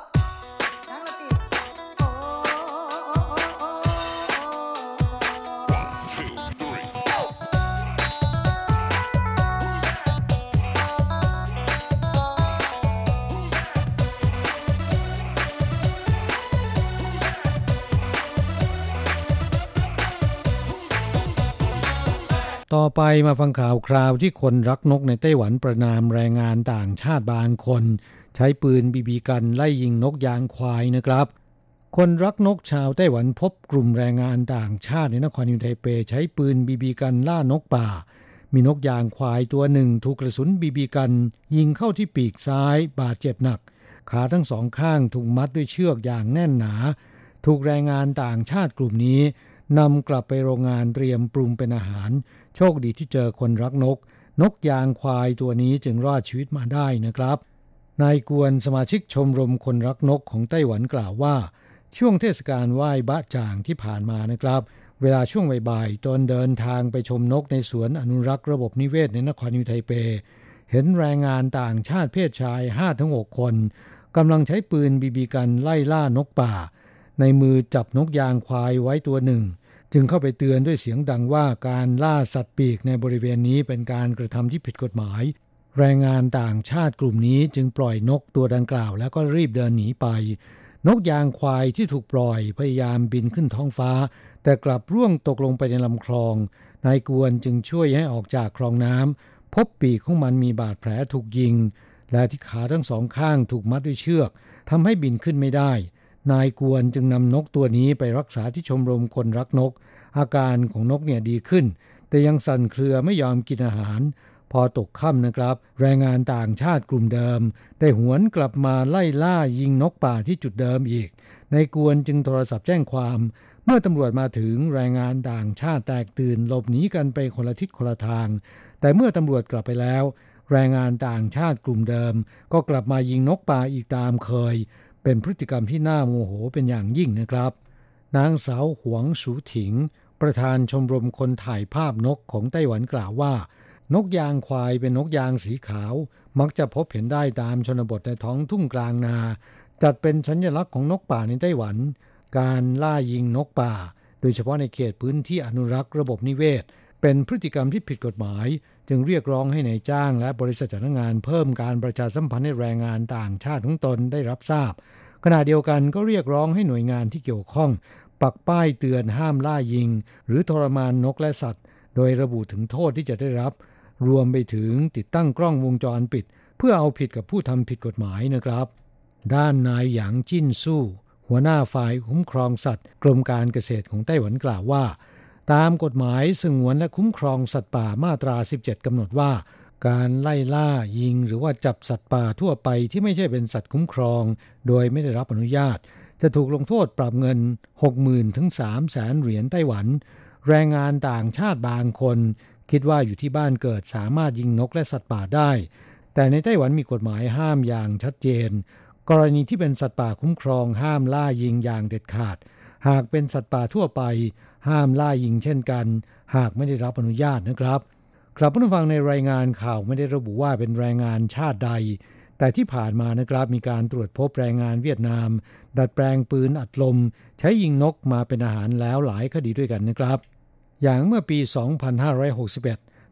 ต่อไปมาฟังข่าวคราวที่คนรักนกในไต้หวันประณามแรงงานต่างชาติบางคนใช้ปืนบีบีกันไล่ยิงนกยางควายนะครับคนรักนกชาวไต้หวันพบกลุ่มแรงงานต่างชาติในนครนิวยอร์กไทเปใช้ปืนบีบีกันล่านกป่ามีนกยางควายตัวหนึ่งถูกกระสุนบีบีกันยิงเข้าที่ปีกซ้ายบาดเจ็บหนักขาทั้งสองข้างถูกมัดด้วยเชือกอย่างแน่นหนาถูกแรงงานต่างชาติกลุ่มนี้นำกลับไปโรงงานเตรียมปรุงเป็นอาหารโชคดีที่เจอคนรักนกนกยางควายตัวนี้จึงรอดชีวิตมาได้นะครับนายกวนสมาชิกชมรมคนรักนกของไต้หวันกล่าวว่าช่วงเทศกาลไหว้บะจ่างที่ผ่านมานะครับเวลาช่วงบ่ายๆตอนเดินทางไปชมนกในสวนอนุรักษ์ระบบนิเวศในนครนิวยอร์กไทเปเห็นแรงงานต่างชาติเพศชาย ห้าถึงหก คนกำลังใช้ปืนบีบีกันไล่ล่านกป่าในมือจับนกยางควายไว้ตัวหนึ่งจึงเข้าไปเตือนด้วยเสียงดังว่าการล่าสัตว์ปีกในบริเวณนี้เป็นการกระทำที่ผิดกฎหมายแรงงานต่างชาติกลุ่มนี้จึงปล่อยนกตัวดังกล่าวแล้วก็รีบเดินหนีไปนกยางควายที่ถูกปล่อยพยายามบินขึ้นท้องฟ้าแต่กลับร่วงตกลงไปในลำคลองนายกวนจึงช่วยให้ออกจากคลองน้ำพบปีกของมันมีบาดแผลถูกยิงและที่ขาทั้งสองข้างถูกมัดด้วยเชือกทำให้บินขึ้นไม่ได้นายกวนจึงนำนกตัวนี้ไปรักษาที่ชมรมคนรักนกอาการของนกเนี่ยดีขึ้นแต่ยังสั่นเครือไม่ยอมกินอาหารพอตกค่ำนะครับแรงงานต่างชาติกลุ่มเดิมได้หวนกลับมาไล่ล่ายิงนกป่าที่จุดเดิมอีกนายกวนจึงโทรศัพท์แจ้งความเมื่อตำรวจมาถึงแรงงานต่างชาติแตกตื่นหลบหนีกันไปคนละทิศคนละทางแต่เมื่อตำรวจกลับไปแล้วแรงงานต่างชาติกลุ่มเดิมก็กลับมายิงนกป่าอีกตามเคยเป็นพฤติกรรมที่น่าโมโหเป็นอย่างยิ่งนะครับนางสาวหวงสูถิงประธานชมรมคนถ่ายภาพนกของไต้หวันกล่าวว่านกยางควายเป็นนกยางสีขาวมักจะพบเห็นได้ตามชนบทในท้องทุ่งกลางนาจัดเป็นสัญลักษณ์ของนกป่าในไต้หวันการล่ายิงนกป่าโดยเฉพาะในเขตพื้นที่อนุรักษ์ระบบนิเวศเป็นพฤติกรรมที่ผิดกฎหมายจึงเรียกร้องให้นายจ้างและบริษัทจ้างงานเพิ่มการประชาสัมพันธ์ให้แรงงานต่างชาติของตนได้รับทราบขณะเดียวกันก็เรียกร้องให้หน่วยงานที่เกี่ยวข้องปักป้ายเตือนห้ามล่ายิงหรือทรมานนกและสัตว์โดยระบุถึงโทษที่จะได้รับรวมไปถึงติดตั้งกล้องวงจรปิดเพื่อเอาผิดกับผู้ทำผิดกฎหมายนะครับด้านนายหยางจิ้นสู้หัวหน้าฝ่ายคุ้มครองสัตว์กรมการเกษตรของไต้หวันกล่าวว่าตามกฎหมายสงวนและคุ้มครองสัตว์ป่ามาตราสิบเจ็ดกำหนดว่าการไล่ล่ายิงหรือว่าจับสัตว์ป่าทั่วไปที่ไม่ใช่เป็นสัตว์คุ้มครองโดยไม่ได้รับอนุญาตจะถูกลงโทษปรับเงิน หกหมื่น ถึง สามแสน เหรียญไต้หวันแรงงานต่างชาติบางคนคิดว่าอยู่ที่บ้านเกิดสามารถยิงนกและสัตว์ป่าได้แต่ในไต้หวันมีกฎหมายห้ามอย่างชัดเจนกรณีที่เป็นสัตว์ป่าคุ้มครองห้ามล่ายิงอย่างเด็ดขาดหากเป็นสัตว์ป่าทั่วไปห้ามล่ายิงเช่นกันหากไม่ได้รับอนุญาตนะครับครับผู้ฟังในรายงานข่าวไม่ได้ระบุว่าเป็นแรงงานชาติใดแต่ที่ผ่านมานะครับมีการตรวจพบแรงงานเวียดนามดัดแปลงปืนอัดลมใช้ยิงนกมาเป็นอาหารแล้วหลายคดีด้วยกันนะครับอย่างเมื่อปี สองพันห้าร้อยหกสิบเอ็ด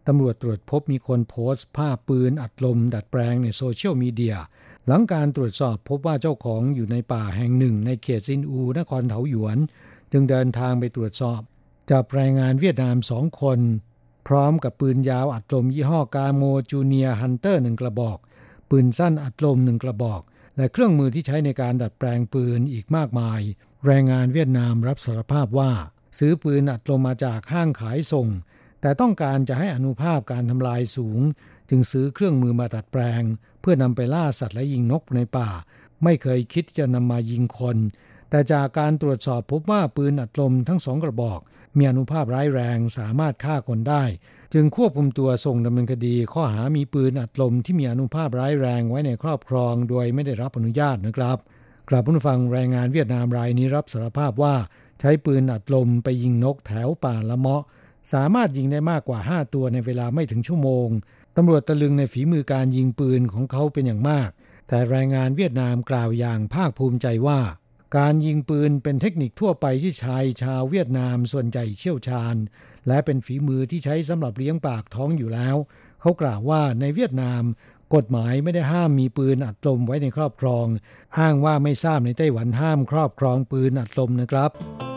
ตำรวจตรวจพบมีคนโพสต์ภาพปืนอัดลมดัดแปลงในโซเชียลมีเดียหลังการตรวจสอบพบว่าเจ้าของอยู่ในป่าแห่งหนึ่งในเขตซินอูนครเถาหยวนจึงเดินทางไปตรวจสอบจับแรงงานเวียดนามสองคนพร้อมกับปืนยาวอัดลมยี่ห้อกาโมจูเนียฮันเตอร์หนึ่งกระบอกปืนสั้นอัดลมหนึ่งกระบอกและเครื่องมือที่ใช้ในการดัดแปลงปืนอีกมากมายแรงงานเวียดนามรับสารภาพว่าซื้อปืนอัดลมมาจากห้างขายส่งแต่ต้องการจะให้อานุภาพการทำลายสูงจึงซื้อเครื่องมือมาดัดแปลงเพื่อนำไปล่าสัตว์และยิงนกในป่าไม่เคยคิดจะนำมายิงคนแต่จากการตรวจสอบพบว่าปืนอัดลมทั้งสองกระบอกมีอานุภาพร้ายแรงสามารถฆ่าคนได้จึงควบคุมตัวส่งดำเนินคดีข้อหามีปืนอัดลมที่มีอานุภาพร้ายแรงไว้ในครอบครองโดยไม่ได้รับอนุญาตนะครับกลับผู้ฟังแรงงานเวียดนามรายนี้รับสารภาพว่าใช้ปืนอัดลมไปยิงนกแถวป่าละเมาะสามารถยิงได้มากกว่าห้าตัวในเวลาไม่ถึงชั่วโมงตำรวจตะลึงในฝีมือการยิงปืนของเขาเป็นอย่างมากแต่แรงงานเวียดนามกล่าวอย่างภาคภูมิใจว่าการยิงปืนเป็นเทคนิคทั่วไปที่ชายชาวเวียดนามส่วนใหญ่เชี่ยวชาญและเป็นฝีมือที่ใช้สำหรับเลี้ยงปากท้องอยู่แล้วเขากล่าวว่าในเวียดนามกฎหมายไม่ได้ห้ามมีปืนอัดลมไว้ในครอบครองอ้างว่าไม่ทราบในไต้หวันห้ามครอบครองปืนอัดลมนะครับ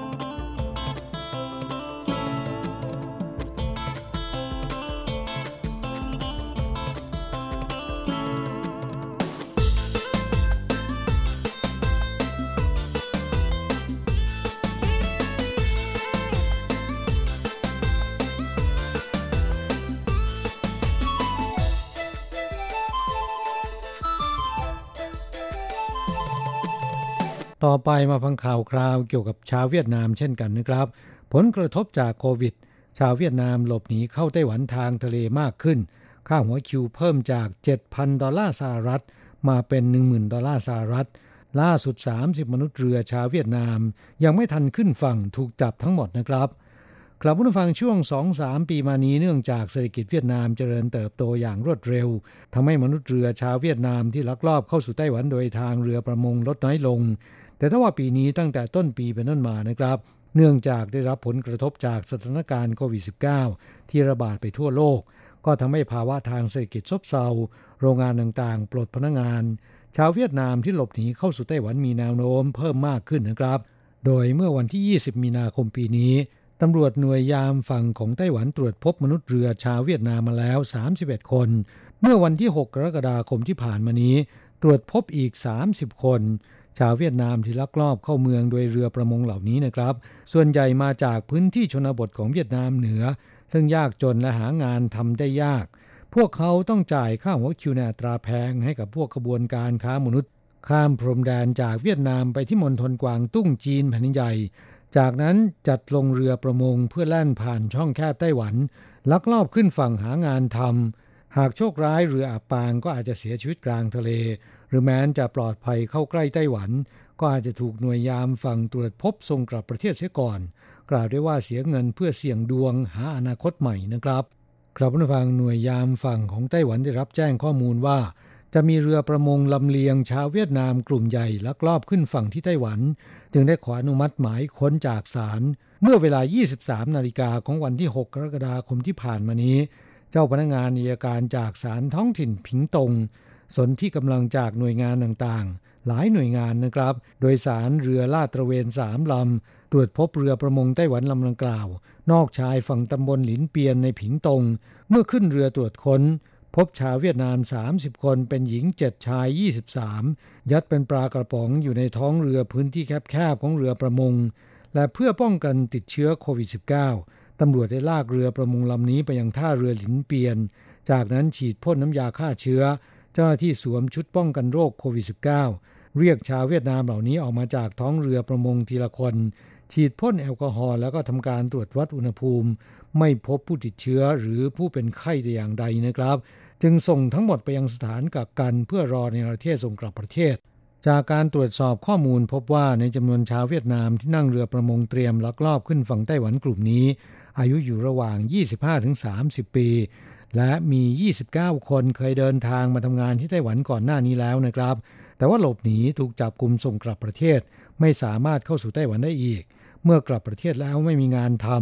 ต่อไปมาฟังข่าวคราวเกี่ยวกับชาวเวียดนามเช่นกันนะครับผลกระทบจากโควิดชาวเวียดนามหลบหนีเข้าไต้หวันทางทะเลมากขึ้นค่าหัวคิวเพิ่มจาก เจ็ดพัน ดอลลาร์สหรัฐมาเป็น หนึ่งหมื่น ดอลลาร์สหรัฐล่าสุดสามสิบมนุษย์เรือชาวเวียดนามยังไม่ทันขึ้นฝั่งถูกจับทั้งหมดนะครับกลับผู้ฟังช่วง สองถึงสาม ปีมานี้เนื่องจากเศรษฐกิจเวียดนามเจริญเติบโตอย่างรวดเร็วทำให้มนุษย์เรือชาวเวียดนามที่ลักลอบเข้าสู่ไต้หวันโดยทางเรือประมงลดน้อยลงแต่ถ้าว่าปีนี้ตั้งแต่ต้นปีเป็นต้นมานะครับเนื่องจากได้รับผลกระทบจากสถานการณ์โควิด สิบเก้า ที่ระบาดไปทั่วโลกก็ทำให้ภาวะทางเศรษฐกิจซบเซาโรงงานต่างๆปลดพนักงานชาวเวียดนามที่หลบหนีเข้าสู่ไต้หวันมีแนวโน้มเพิ่มมากขึ้นนะครับโดยเมื่อวันที่ยี่สิบมีนาคมปีนี้ตำรวจหน่วยยามฝั่งของไต้หวันตรวจพบมนุษย์เรือชาวเวียดนามมาแล้วสามสิบเอ็ดคนเมื่อวันที่หกกรกฎาคมที่ผ่านมานี้ตรวจพบอีกสามสิบคนชาวเวียดนามที่ลักลอบเข้าเมืองโดยเรือประมงเหล่านี้นะครับส่วนใหญ่มาจากพื้นที่ชนบทของเวียดนามเหนือซึ่งยากจนและหางานทำได้ยากพวกเขาต้องจ่ายค่าหัวคิวในอัตราแพงให้กับพวกขบวนการค้ามนุษย์ข้ามพรมแดนจากเวียดนามไปที่มณฑลกวางตุ้งจีนแผ่นใหญ่จากนั้นจัดลงเรือประมงเพื่อแล่นผ่านช่องแคบไต้หวันลักลอบขึ้นฝั่งหางานทำหากโชคร้ายเรืออับปางก็อาจจะเสียชีวิตกลางทะเลหรือแม้จะปลอดภัยเข้าใกล้ไต้หวันก็อาจจะถูกหน่วยยามฝั่งตรวจพบส่งกลับประเทศเสียก่อนกล่าวได้ว่าเสียเงินเพื่อเสี่ยงดวงหาอนาคตใหม่นะครับครับผู้ฟังหน่วยยามฝั่งของไต้หวันได้รับแจ้งข้อมูลว่าจะมีเรือประมงลำเลียงชาวเวียดนามกลุ่มใหญ่ลักลอบขึ้นฝั่งที่ไต้หวันจึงได้ขออนุมัติหมายค้นจากศาลเมื่อเวลา ยี่สิบสามนาฬิกาของวันที่หกกรกฎาคมที่ผ่านมานี้เจ้าพนักงานอัยการจากศาลท้องถิ่นผิงตงสนที่กำลังจากหน่วยงานต่างๆหลายหน่วยงานนะครับโดยสารเรือลาดตระเวนสามลำตรวจพบเรือประมงไต้หวันลำดังกล่าวนอกชายฝั่งตำบลหลินเปียนในผิงตงเมื่อขึ้นเรือตรวจค้นพบชาวเวียดนามสามสิบคนเป็นหญิงเจ็ดชายยี่สิบสามยัดเป็นปลากระป๋องอยู่ในท้องเรือพื้นที่แคบๆของเรือประมงและเพื่อป้องกันติดเชื้อโควิด สิบเก้า ตำรวจได้ลากเรือประมงลำนี้ไปยังท่าเรือหลินเปียนจากนั้นฉีดพ่นน้ำยาฆ่าเชื้อเจ้าหน้าที่สวมชุดป้องกันโรคโควิด สิบเก้า เรียกชาวเวียดนามเหล่านี้ออกมาจากท้องเรือประมงทีละคนฉีดพ่นแอลกอฮอล์แล้วก็ทำการตรวจวัดอุณหภูมิไม่พบผู้ติดเชื้อหรือผู้เป็นไข้แต่อย่างใดนะครับจึงส่งทั้งหมดไปยังสถานกักกันเพื่อรอในประเทศส่งกลับประเทศจากการตรวจสอบข้อมูลพบว่าในจำนวนชาวเวียดนามที่นั่งเรือประมงเตรียมลักลอบขึ้นฝั่งไต้หวันกลุ่มนี้อายุอยู่ระหว่าง ยี่สิบห้าถึงสามสิบ ปีและมียี่สิบเก้าคนเคยเดินทางมาทำงานที่ไต้หวันก่อนหน้านี้แล้วนะครับแต่ว่าหลบหนีถูกจับกุมส่งกลับประเทศไม่สามารถเข้าสู่ไต้หวันได้อีกเมื่อกลับประเทศแล้วไม่มีงานท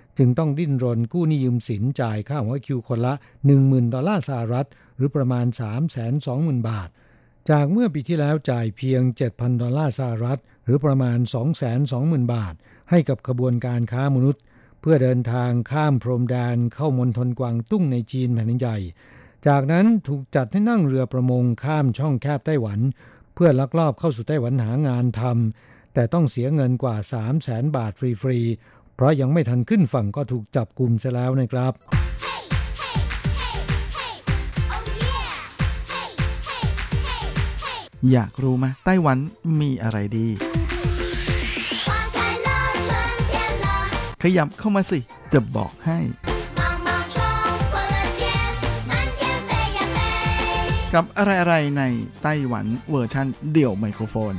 จึงต้องดิ้นรนกู้หนี้ยืมสินจ่ายค่าหัวคิวคนละ หนึ่งหมื่น ดอลลาร์สหรัฐหรือประมาณ สามแสนสองหมื่น บาทจากเมื่อปีที่แล้วจ่ายเพียง เจ็ดพัน ดอลลาร์สหรัฐหรือประมาณ สองแสนสองหมื่น บาทให้กับขบวนการค้ามนุษย์เพื่อเดินทางข้ามพรมแดนเข้ามณฑลกวางตุ้งในจีนแผ่นดินใหญ่จากนั้นถูกจัดให้นั่งเรือประมงข้ามช่องแคบไต้หวันเพื่อลักลอบเข้าสู่ไต้หวันหางานทำแต่ต้องเสียเงินกว่า สามแสน บาทฟรีๆเพราะยังไม่ทันขึ้นฝั่งก็ถูกจับกุมซะแล้วนะครับอยากรู้ไหมไต้หวันมีอะไรดีขยับเข้ามาสิจะบอกให้กับอะไรๆในไต้หวันเวอร์ชันเดี่ยวไมโครโฟน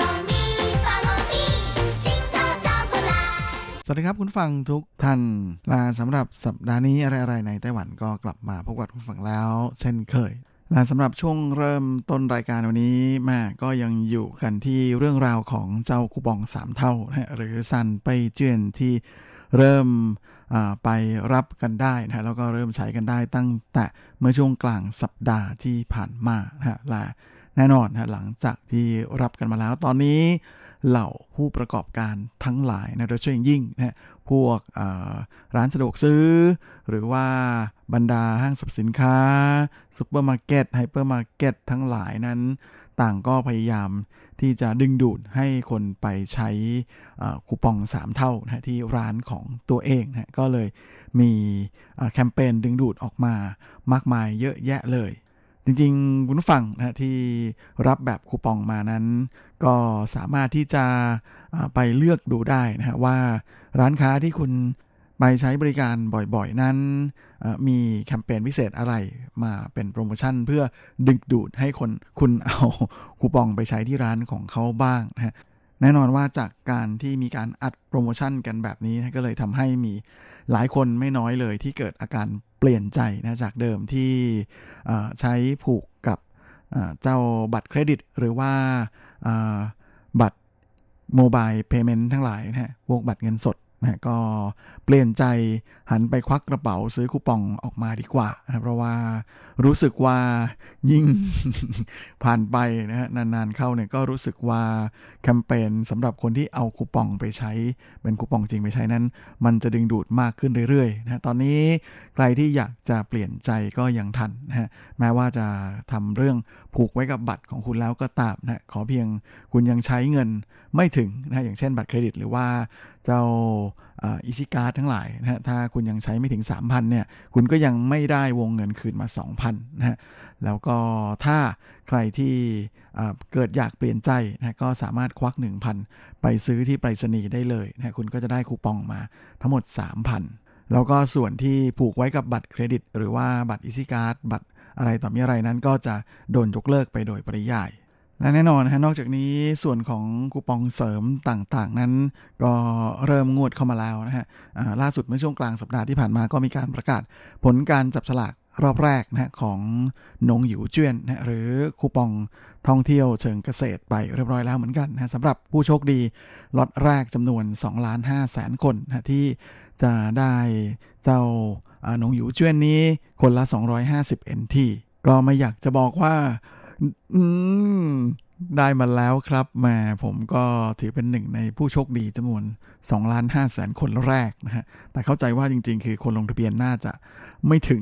สวัสดีครับคุณฟังทุกท่านและสำหรับสัปดาห์นี้อะไรๆในไต้หวันก็กลับมาพบกับคุณฟังแล้วเช่นเคยและสำหรับช่วงเริ่มต้นรายการวันนี้แม่ก็ยังอยู่กันที่เรื่องราวของเจ้าคูปองสามเท่านะหรือซันไปเจียนที่เริ่มไปรับกันได้นะแล้วก็เริ่มใช้กันได้ตั้งแต่เมื่อช่วงกลางสัปดาห์ที่ผ่านมานะและแน่นอนนะหลังจากที่รับกันมาแล้วตอนนี้เหล่าผู้ประกอบการทั้งหลายนะโดยเฉพาะอย่างยิ่งนะพวกร้านสะดวกซื้อหรือว่าบรรดาห้างสรรพสินค้าซุปเปอร์มาร์เก็ตไฮเปอร์มาร์เก็ตทั้งหลายนั้นต่างก็พยายามที่จะดึงดูดให้คนไปใช้คูปองสามเท่านะที่ร้านของตัวเองนะก็เลยมีแคมเปญดึงดูดออกมามากมายเยอะแยะเลยจริงๆคุณผู้ฟังนะที่รับแบบคูปองมานั้นก็สามารถที่จะไปเลือกดูได้นะฮะว่าร้านค้าที่คุณไปใช้บริการบ่อยๆนั้นมีแคมเปญพิเศษอะไรมาเป็นโปรโมชั่นเพื่อดึงดูดให้คนคุณเอาคูปองไปใช้ที่ร้านของเขาบ้างนะฮะแน่นอนว่าจากการที่มีการอัดโปรโมชั่นกันแบบนี้นะก็เลยทำให้มีหลายคนไม่น้อยเลยที่เกิดอาการเปลี่ยนใจนะจากเดิมที่ใช้ผูกกับเจ้าบัตรเครดิตหรือว่าบัตรโมบายเพย์เมนต์ทั้งหลายนะฮะพวกบัตรเงินสดนะก็เปลี่ยนใจหันไปควักกระเป๋าซื้อคูปองออกมาดีกว่านะเพราะว่ารู้สึกว่ายิ่ง ผ่านไปนะฮะนานๆเข้าเนี่ยก็รู้สึกว่าแคมเปญสำหรับคนที่เอาคูปองไปใช้เป็นคูปองจริงไปใช้นั้นมันจะดึงดูดมากขึ้นเรื่อยๆนะตอนนี้ใครที่อยากจะเปลี่ยนใจก็ยังทันนะฮะแม้ว่าจะทำเรื่องผูกไว้กับบัตรของคุณแล้วก็ตามนะขอเพียงคุณยังใช้เงินไม่ถึงนะอย่างเช่นบัตรเครดิตหรือว่าเจ้าอีซี่การ์ดทั้งหลายนะฮะถ้าคุณยังใช้ไม่ถึง สามพัน เนี่ยคุณก็ยังไม่ได้วงเงินคืนมา สองพัน นะฮะแล้วก็ถ้าใครที่เกิดอยากเปลี่ยนใจนะก็สามารถควัก หนึ่งพัน ไปซื้อที่ไปรษณีย์ได้เลยนะคุณก็จะได้คูปองมาทั้งหมด สามพัน แล้วก็ส่วนที่ผูกไว้กับบัตรเครดิตหรือว่าบัตรอีซี่การ์ดบัตรอะไรต่อมีอะไรนั้นก็จะโดนยกเลิกไปโดยปริยายและแน่นอนนะฮะนอกจากนี้ส่วนของคูปองเสริมต่างๆนั้นก็เริ่มงวดเข้ามาแล้วนะฮะล่าสุดเมื่อช่วงกลางสัปดาห์ที่ผ่านมาก็มีการประกาศผลการจับฉลากรอบแรกนะฮะของหนงหยูเจี้ยนนะหรือคูปองท่องเที่ยวเชิงเกษตรไปเรียบร้อยแล้วเหมือนกันนะสำหรับผู้โชคดีล็อตแรกจำนวน สองล้านห้าแสน คนนะที่จะได้เจ้าหนงหยูเจี้ยนนี้คนละสองร้อยห้าสิบ เอ็น ที ก็ไม่อยากจะบอกว่าอืมได้มาแล้วครับแม่ผมก็ถือเป็นหนึ่งในผู้โชคดีจำนวน สองล้านห้าแสน คนแรกนะฮะแต่เข้าใจว่าจริงๆคือคนลงทะเบียนน่าจะไม่ถึง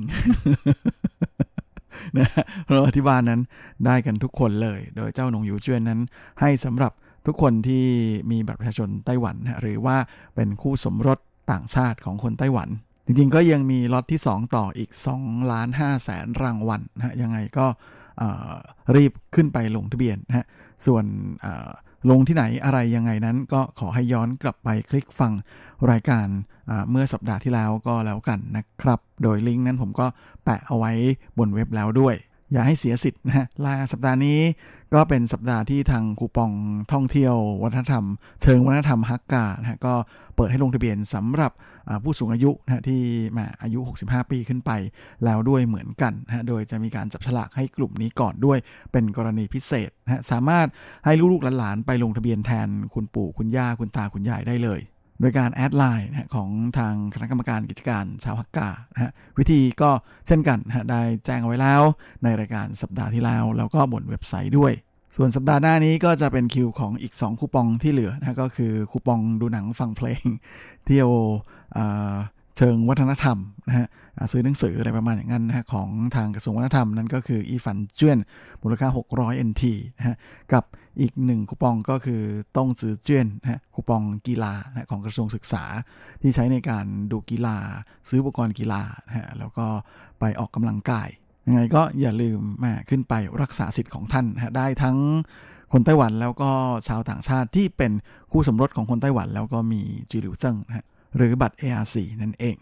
นะเพราะที่บ้านนั้นได้กันทุกคนเลยโดยเจ้าหนงหยูเจี้ยนนั้นให้สำหรับทุกคนที่มีบัตรประชาชนไต้หวันนะหรือว่าเป็นคู่สมรสต่างชาติของคนไต้หวันจริงๆก็ยังมีล็อตที่สองต่ออีก สองล้านห้าแสน รางวัลนะฮะยังไงก็รีบขึ้นไปลงทะเบียนนะฮะส่วนลงที่ไหนอะไรยังไงนั้นก็ขอให้ย้อนกลับไปคลิกฟังรายการเมื่อสัปดาห์ที่แล้วก็แล้วกันนะครับโดยลิงก์นั้นผมก็แปะเอาไว้บนเว็บแล้วด้วยอย่าให้เสียสิทธิ์นะฮะลาสัปดาห์นี้ก็เป็นสัปดาห์ที่ทางคูปองท่องเที่ยววัฒนธรรมเชิงวัฒนธรรมฮักกานะฮะก็เปิดให้ลงทะเบียนสำหรับผู้สูงอายุนะที่มาอายุหกสิบห้าปีขึ้นไปแล้วด้วยเหมือนกันนะโดยจะมีการจับฉลากให้กลุ่มนี้ก่อนด้วยเป็นกรณีพิเศษนะสามารถให้ลูกๆหลานๆไปลงทะเบียนแทนคุณปู่คุณย่าคุณตาคุณยายได้เลยโดยการแอดไลน์นะของทางคณะกรรมการกิจการชาวฮักกานะฮะวิธีก็เช่นกันนะได้แจ้งเอาไว้แล้วในรายการสัปดาห์ที่แล้วแล้วก็บนเว็บไซต์ด้วยส่วนสัปดาห์หน้านี้ก็จะเป็นคิวของอีกสองคูปองที่เหลือนะก็คือคูปองดูหนังฟังเพลงเที่ยวเชิงวัฒนธรรมนะฮะซื้อหนังสืออะไรประมาณอย่างนั้นนะฮะของทางกระทรวงวัฒนธรรมนั่นก็คืออีฟันเจี้ยนมูลค่าหกร้อย เอ็น ที นะฮะกับอีกหนึ่งคูปองก็คือต้งจือเจี้ยนนะฮะคูปองกีฬานะของกระทรวงศึกษาที่ใช้ในการดูกีฬาซื้ออุปกรณ์กีฬานะฮะแล้วก็ไปออกกำลังกายยังไงก็อย่าลืมมาขึ้นไปรักษาสิทธิ์ของท่านนะฮะได้ทั้งคนไต้หวันแล้วก็ชาวต่างชาติที่เป็นคู่สมรสของคนไต้หวันแล้วก็มีจีหลิวเจิ้งนะฮะหรือบัตร เอ อาร์ ซี นั่นเอง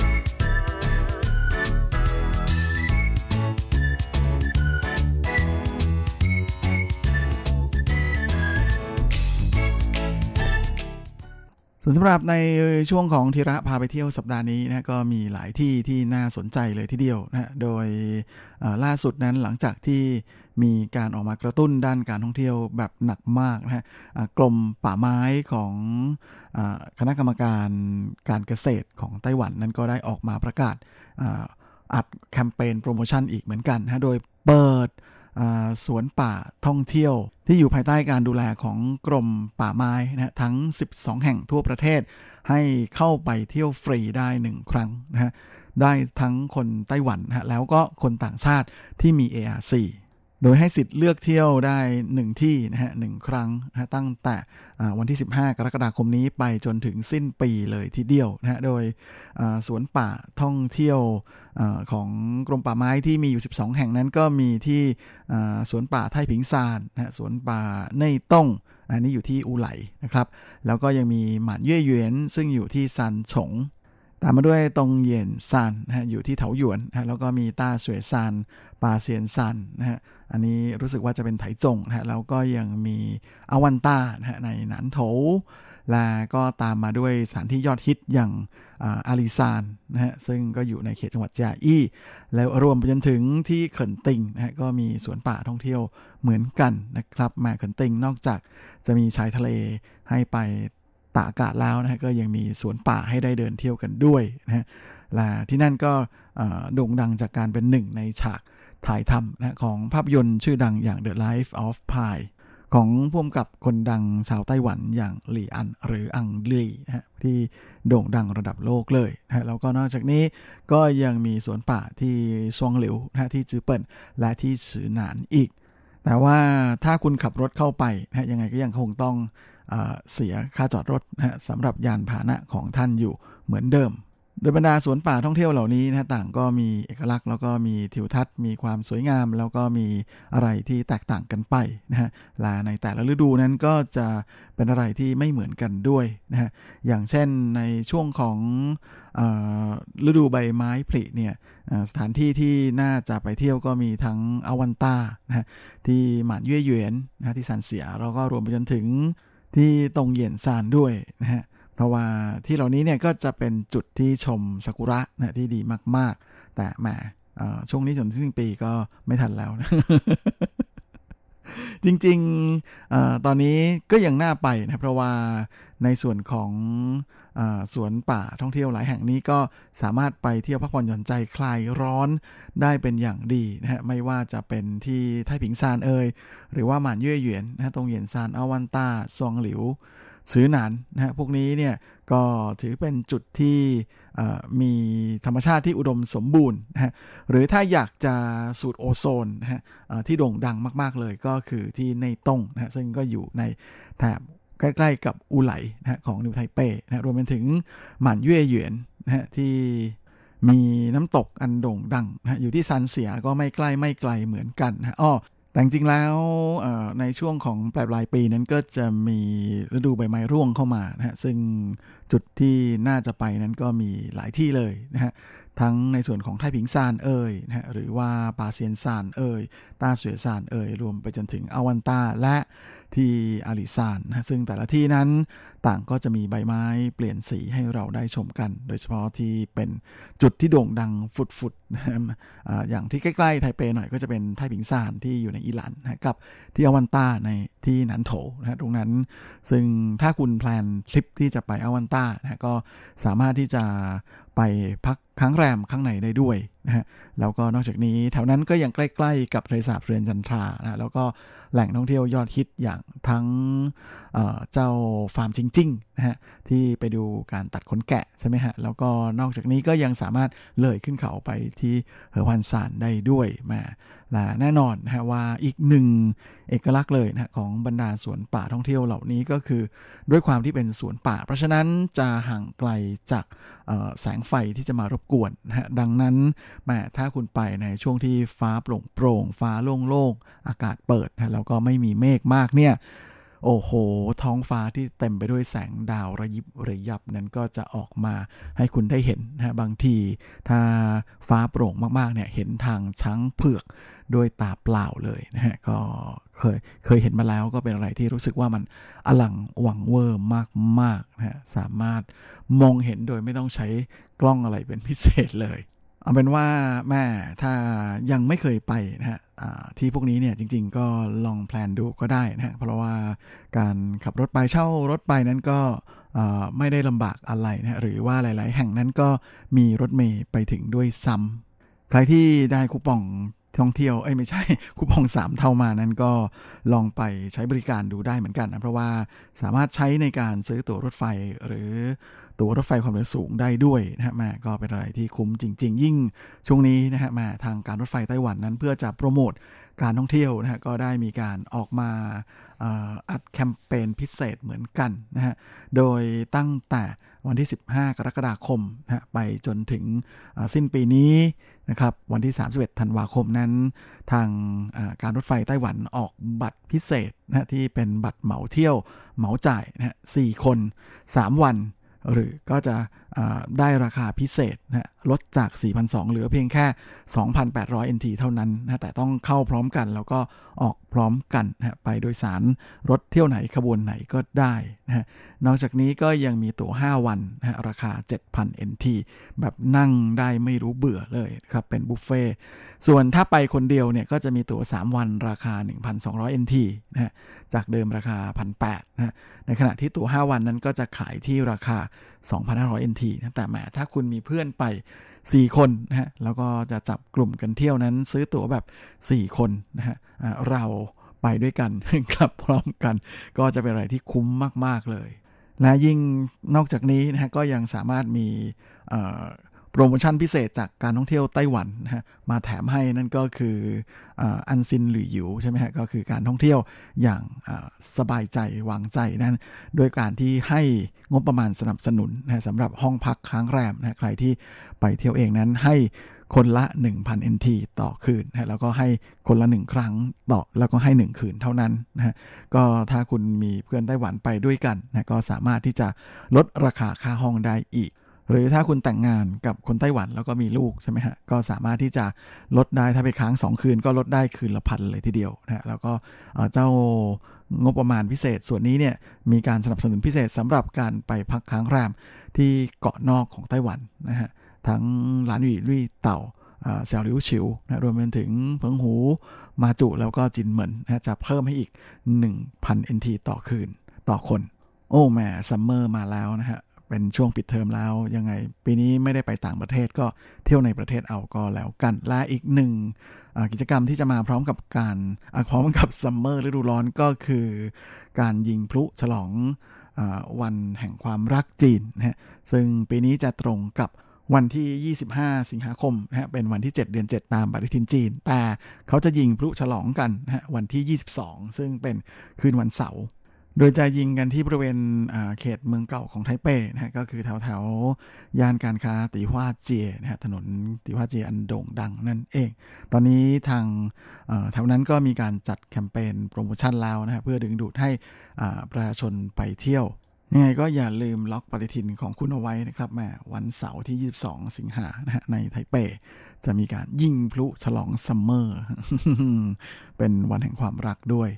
ส่วนสำหรับในช่วงของธีระพาไปเที่ยวสัปดาห์นี้นะก็มีหลายที่ที่น่าสนใจเลยทีเดียวนะโดยล่าสุดนั้นหลังจากที่มีการออกมากระตุ้นด้านการท่องเที่ยวแบบหนักมากนะฮะกรมป่าไม้ของคณะกรรมการการเกษตรของไต้หวันนั้นก็ได้ออกมาประกาศอัดแคมเปญโปรโมชั่นอีกเหมือนกันนะโดยเปิดสวนป่าท่องเที่ยวที่อยู่ภายใต้การดูแลของกรมป่าไม้นะทั้งสิบสองแห่งทั่วประเทศให้เข้าไปเที่ยวฟรีได้หนึ่งครั้งนะฮะได้ทั้งคนไต้หวันนะฮะแล้วก็คนต่างชาติที่มี เอ อาร์ ซี โดยให้สิทธิ์เลือกเที่ยวได้หนึ่งที่นะฮะหนึ่งครั้งนะตั้งแต่วันที่สิบห้ากรกฎาคมนี้ไปจนถึงสิ้นปีเลยทีเดียวนะฮะโดยสวนป่าท่องเที่ยวของกรมป่าไม้ที่มีอยู่สิบสองแห่งนั้นก็มีที่สวนป่าไท่ผิงซานนะฮะสวนป่าเน่ยต้งอันนี้อยู่ที่อูไหลนะครับแล้วก็ยังมีหมานเย่เหวียนซึ่งอยู่ที่ซันฉงตามมาด้วยตงเหยียนซานนะฮะอยู่ที่เถาหยวนนะฮะแล้วก็มีต้าสวยซานปาเซียนซานนะฮะอันนี้รู้สึกว่าจะเป็นไถจงนะฮะแล้วก็ยังมีอวันต้านะฮะในหนานโถและก็ตามมาด้วยสถานที่ยอดฮิตอย่างอาลีซานนะฮะซึ่งก็อยู่ในเขตจังหวัดเจียอี้แล้วรวมไปจนถึงที่เขินติงนะฮะก็มีสวนป่าท่องเที่ยวเหมือนกันนะครับมาเขินติงนอกจากจะมีชายทะเลให้ไปตากอากาศแล้วนะฮะก็ยังมีสวนป่าให้ได้เดินเที่ยวกันด้วยนะฮะและที่นั่นก็โด่งดังจากการเป็นหนึ่งในฉากถ่ายทำนะของภาพยนตร์ชื่อดังอย่าง The Life of Pi ของผู้กำกับคนดังชาวไต้หวันอย่างหลี่อันหรืออังลี่นะฮะที่โด่งดังระดับโลกเลยนะฮะแล้วก็นอกจากนี้ก็ยังมีสวนป่าที่ซวงหลิวนะที่จือเปิ่นและที่ฉือหนานอีกแต่ว่าถ้าคุณขับรถเข้าไปนะยังไงก็ยังคงต้องเอ่อเสียค่าจอดรถนะฮะสำหรับยานพาหนะของท่านอยู่เหมือนเดิมโดยบรรดาสวนป่าท่องเที่ยวเหล่านี้นะต่างก็มีเอกลักษณ์แล้วก็มีทิวทัศน์มีความสวยงามแล้วก็มีอะไรที่แตกต่างกันไปนะฮะและในแต่ละฤดูนั้นก็จะเป็นอะไรที่ไม่เหมือนกันด้วยนะฮะอย่างเช่นในช่วงของเอ่อฤดูใบไม้ผลิเนี่ยสถานที่ที่น่าจะไปเที่ยวก็มีทั้งอวันต้านะฮะที่หมานเย่เหวียนนะฮะที่ซันเสียแล้วก็รวมไปจนถึงที่ตงเหยียนซานด้วยนะฮะเพราะว่าที่เหล่านี้เนี่ยก็จะเป็นจุดที่ชมซากุระนะที่ดีมากๆแต่แหมช่วงนี้จนสิ้นปีก็ไม่ทันแล้วนะ จริงๆตอนนี้ก็ยังน่าไปนะเพราะว่าในส่วนของสวนป่าท่องเที่ยวหลายแห่งนี้ก็สามารถไปเที่ยวพักผ่อนหย่อนใจคลายร้อนได้เป็นอย่างดีนะฮะไม่ว่าจะเป็นที่ไท่ผิงซานเอ่ยหรือว่าหมานเย่เหวียนนะตรงเหยียนซานอวันต้าซวงหลิวซื้อหนานนะฮะพวกนี้เนี่ยก็ถือเป็นจุดที่มีธรรมชาติที่อุดมสมบูรณ์นะฮะหรือถ้าอยากจะสูดโอโซนนะฮะที่โด่งดังมากๆเลยก็คือที่ในต้งนะฮะซึ่งก็อยู่ในแถบใกล้ๆกับอูไหลนะฮะของนิวไทเป้นะรวมไปถึงหมานเย่เหวียนนะฮะที่มีน้ำตกอันโด่งดังนะฮะอยู่ที่ซันเสียก็ไม่ใกล้ไม่ไกลเหมือนกันนะอ้อแต่จริงๆแล้วในช่วงของปลายปลายปีนั้นก็จะมีฤดูใบไม้ร่วงเข้ามานะฮะซึ่งจุดที่น่าจะไปนั้นก็มีหลายที่เลยนะฮะทั้งในส่วนของไท่ผิงซานเอ่ยนะฮะหรือว่าปาเซียนซานเอ่ยต้าเสวยซานเอ่ยรวมไปจนถึงอวันต้าและที่อาลีซานนะซึ่งแต่ละที่นั้นต่างก็จะมีใบไม้เปลี่ยนสีให้เราได้ชมกันโดยเฉพาะที่เป็นจุดที่โด่งดังฟุดๆนะฮะ อ, อย่างที่ใกล้ๆไทเปหน่อยก็จะเป็นไท่ผิงซานที่อยู่ในอิหร่านนะกับที่อวันต้าในที่หนันโถนะตรงนั้นซึ่งถ้าคุณแพลนทริปที่จะไปอาวันต้านะก็สามารถที่จะไปพักค้างแรมข้างในได้ด้วยนะฮะแล้วก็นอกจากนี้แถวนั้นก็ยังใกล้ๆกับทะเลสาบเรือนจันทรานะแล้วก็แหล่งท่องเที่ยวยอดฮิตอย่างทั้ง เอ่อ เจ้าฟาร์มจิงจิ้งนะฮะที่ไปดูการตัดขนแกะใช่ไหมฮะแล้วก็นอกจากนี้ก็ยังสามารถเลยขึ้นเขาไปที่เหอฮวันซานได้ด้วยมาและแน่นอนนะฮะว่าอีกหนึ่งเอกลักษณ์เลยนะของบรรดาสวนป่าท่องเที่ยวเหล่านี้ก็คือด้วยความที่เป็นสวนป่าเพราะฉะนั้นจะห่างไกลจากแสงไฟที่จะมารบกวนนะฮะดังนั้นแม้ถ้าคุณไปในช่วงที่ฟ้าโปร่งโปร่งฟ้าโล่งๆอากาศเปิดนะแล้วก็ไม่มีเมฆมากเนี่ยโอ้โหท้องฟ้าที่เต็มไปด้วยแสงดาวระยิบระยับนั้นก็จะออกมาให้คุณได้เห็นนะบางทีถ้าฟ้าโปร่งมากๆเนี่ยเห็นทางช้างเผือกด้วยตาเปล่าเลยนะฮะก็เคยเคยเห็นมาแล้วก็เป็นอะไรที่รู้สึกว่ามันอลังวังเวอร์มากๆนะฮะสามารถมองเห็นโดยไม่ต้องใช้กล้องอะไรเป็นพิเศษเลยเอาเป็นว่าแม่ถ้ายังไม่เคยไปนะฮะที่พวกนี้เนี่ยจริงๆก็ลองแพลนดูก็ได้นะฮะเพราะว่าการขับรถไปเช่ารถไปนั้นก็ไม่ได้ลำบากอะไรนะหรือว่าหลายๆแห่งนั้นก็มีรถเมล์ไปถึงด้วยซ้ำใครที่ได้คูปองท่องเที่ยวเอ้ยไม่ใช่คูปองสามเท่ามานั้นก็ลองไปใช้บริการดูได้เหมือนกันนะเพราะว่าสามารถใช้ในการซื้อตั๋วรถไฟหรือตั๋วรถไฟความเร็วสูงได้ด้วยนะฮะมาก็เป็นอะไรที่คุ้มจริงๆยิ่งช่วงนี้นะฮะมาทางการรถไฟไต้หวันนั้นเพื่อจะโปรโมทการท่องเที่ยวนะฮะก็ได้มีการออกมาอัดแคมเปญพิเศษเหมือนกันนะฮะโดยตั้งแต่วันที่สิบห้ากรกฎาคมนะฮะไปจนถึงสิ้นปีนี้นะครับวันที่สามสิบเอ็ดธันวาคมนั้นทางการรถไฟไต้หวันออกบัตรพิเศษนะที่เป็นบัตรเหมาเที่ยวเหมาจ่ายนะฮะสี่คนสามวันหรือก็จะได้ราคาพิเศษนะลดจาก สี่พันสองร้อย เหลือเพียงแค่ สองพันแปดร้อย เอ็น ที เท่านั้นนะแต่ต้องเข้าพร้อมกันแล้วก็ออกพร้อมกันนะไปโดยสารรถเที่ยวไหนขบวนไหนก็ได้นะนอกจากนี้ก็ยังมีตั๋วห้าวันนะราคา เจ็ดพัน เอ็น ที แบบนั่งได้ไม่รู้เบื่อเลยครับเป็นบุฟเฟ่ส่วนถ้าไปคนเดียวเนี่ยก็จะมีตั๋วสามวันราคา หนึ่งพันสองร้อย เอ็น ที นะฮะจากเดิมราคา หนึ่งพันแปดร้อย นะในขณะที่ตั๋วห้าวันนั้นก็จะขายที่ราคา สองพันห้าร้อย เอ็น ที นะแต่แหมถ้าคุณมีเพื่อนไปสี่คนนะฮะแล้วก็จะจับกลุ่มกันเที่ยวนั้นซื้อตั๋วแบบสี่คนนะฮะเราไปด้วยกัน กลับพร้อมกันก็จะเป็นอะไรที่คุ้มมากๆเลยและยิ่งนอกจากนี้นะฮะก็ยังสามารถมีโปรโมชั่นพิเศษจากการท่องเที่ยวไต้หวันนะฮะมาแถมให้นั่นก็คืออันซินหลี่หยิวใช่ไหมฮะก็คือการท่องเที่ยวอย่างสบายใจวางใจนั่นโดยการที่ให้งบประมาณสนับสนุนนะสำหรับห้องพักค้างแรมนะใครที่ไปเที่ยวเองนั้นให้คนละ หนึ่งพัน เอ็น ที ต่อคืนนะแล้วก็ให้คนละหนึ่งครั้งต่อแล้วก็ให้หนึ่งคืนเท่านั้นนะฮะก็ถ้าคุณมีเพื่อนไต้หวันไปด้วยกันนะก็สามารถที่จะลดราคาค่าห้องได้อีกหรือถ้าคุณแต่งงานกับคนไต้หวันแล้วก็มีลูกใช่ไหมฮะก็สามารถที่จะลดได้ถ้าไปค้างสองคืนก็ลดได้คืนละพันเลยทีเดียวนะแล้วก็เจ้างบประมาณพิเศษส่วนนี้เนี่ยมีการสนับสนุนพิเศษสำหรับการไปพักค้างแรมที่เกาะนอกของไต้หวันนะฮะทั้งหลานหวี่ลุยเต่าเสี่ยวหลิวฉิวนะรวมไปถึงเพิงหูมาจุแล้วก็จินเหมินนะจะเพิ่มให้อีก หนึ่งพัน เอ็น ที ต่อคืนต่อคนโอ้แม่ซัมเมอร์มาแล้วนะฮะเป็นช่วงปิดเทอมแล้วยังไงปีนี้ไม่ได้ไปต่างประเทศก็เที่ยวในประเทศเอาก็แล้วกันและอีกหนึ่งกิจกรรมที่จะมาพร้อมกับการพร้อมกับซัมเมอร์ฤดูร้อนก็คือการยิงพลุฉลองวันแห่งความรักจีนนะฮะซึ่งปีนี้จะตรงกับวันที่ยี่สิบห้าสิงหาคมนะฮะเป็นวันที่เจ็ดเดือนเจ็ดตามปฏิทินจีนแต่เขาจะยิงพลุฉลองกันนะฮะวันที่ยี่สิบสองซึ่งเป็นคืนวันเสาร์โดยจะยิงกันที่บริเวณเขตเมืองเก่าของไทเป้นะฮะก็คือแถวแถวย่านการค้าติฮวาเจียนะฮะถนนติฮวาเจียอันโด่งดังนั่นเองตอนนี้ทางแถวนั้นก็มีการจัดแคมเปญโปรโมชั่นแล้วนะฮะเพื่อดึงดูดให้ประชาชนไปเที่ยวยังไงก็อย่าลืมล็อกปฏิทินของคุณเอาไว้นะครับแม่วันเสาร์ที่ยี่สิบสองสิงหานะฮะในไทเป้จะมีการยิงพลุฉลองซัมเมอร์ เป็นวันแห่งความรักด้วย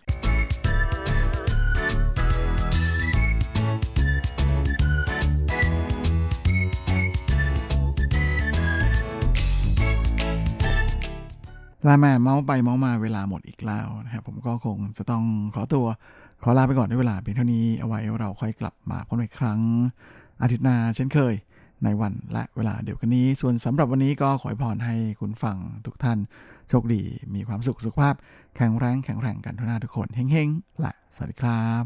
ลาแม่เมาส์ไปเมาส์มาเวลาหมดอีกแล้วนะครับผมก็คงจะต้องขอตัวขอลาไปก่อนด้วยเวลาเพียงเท่านี้เอาไว้เราค่อยกลับมาพบกันอีกครั้งอาทิตย์หน้าเช่นเคยในวันและเวลาเดียวกันนี้ส่วนสำหรับวันนี้ก็ขอพรให้คุณฟังทุกท่านโชคดีมีความสุขสุขภาพแข็งแรงแข็งแรงกันทุกหน้าทุกคนเฮ้งๆและสวัสดีครับ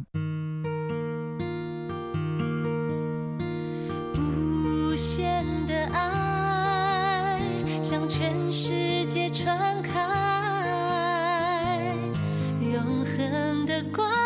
无限的爱向全世界传开永恒的光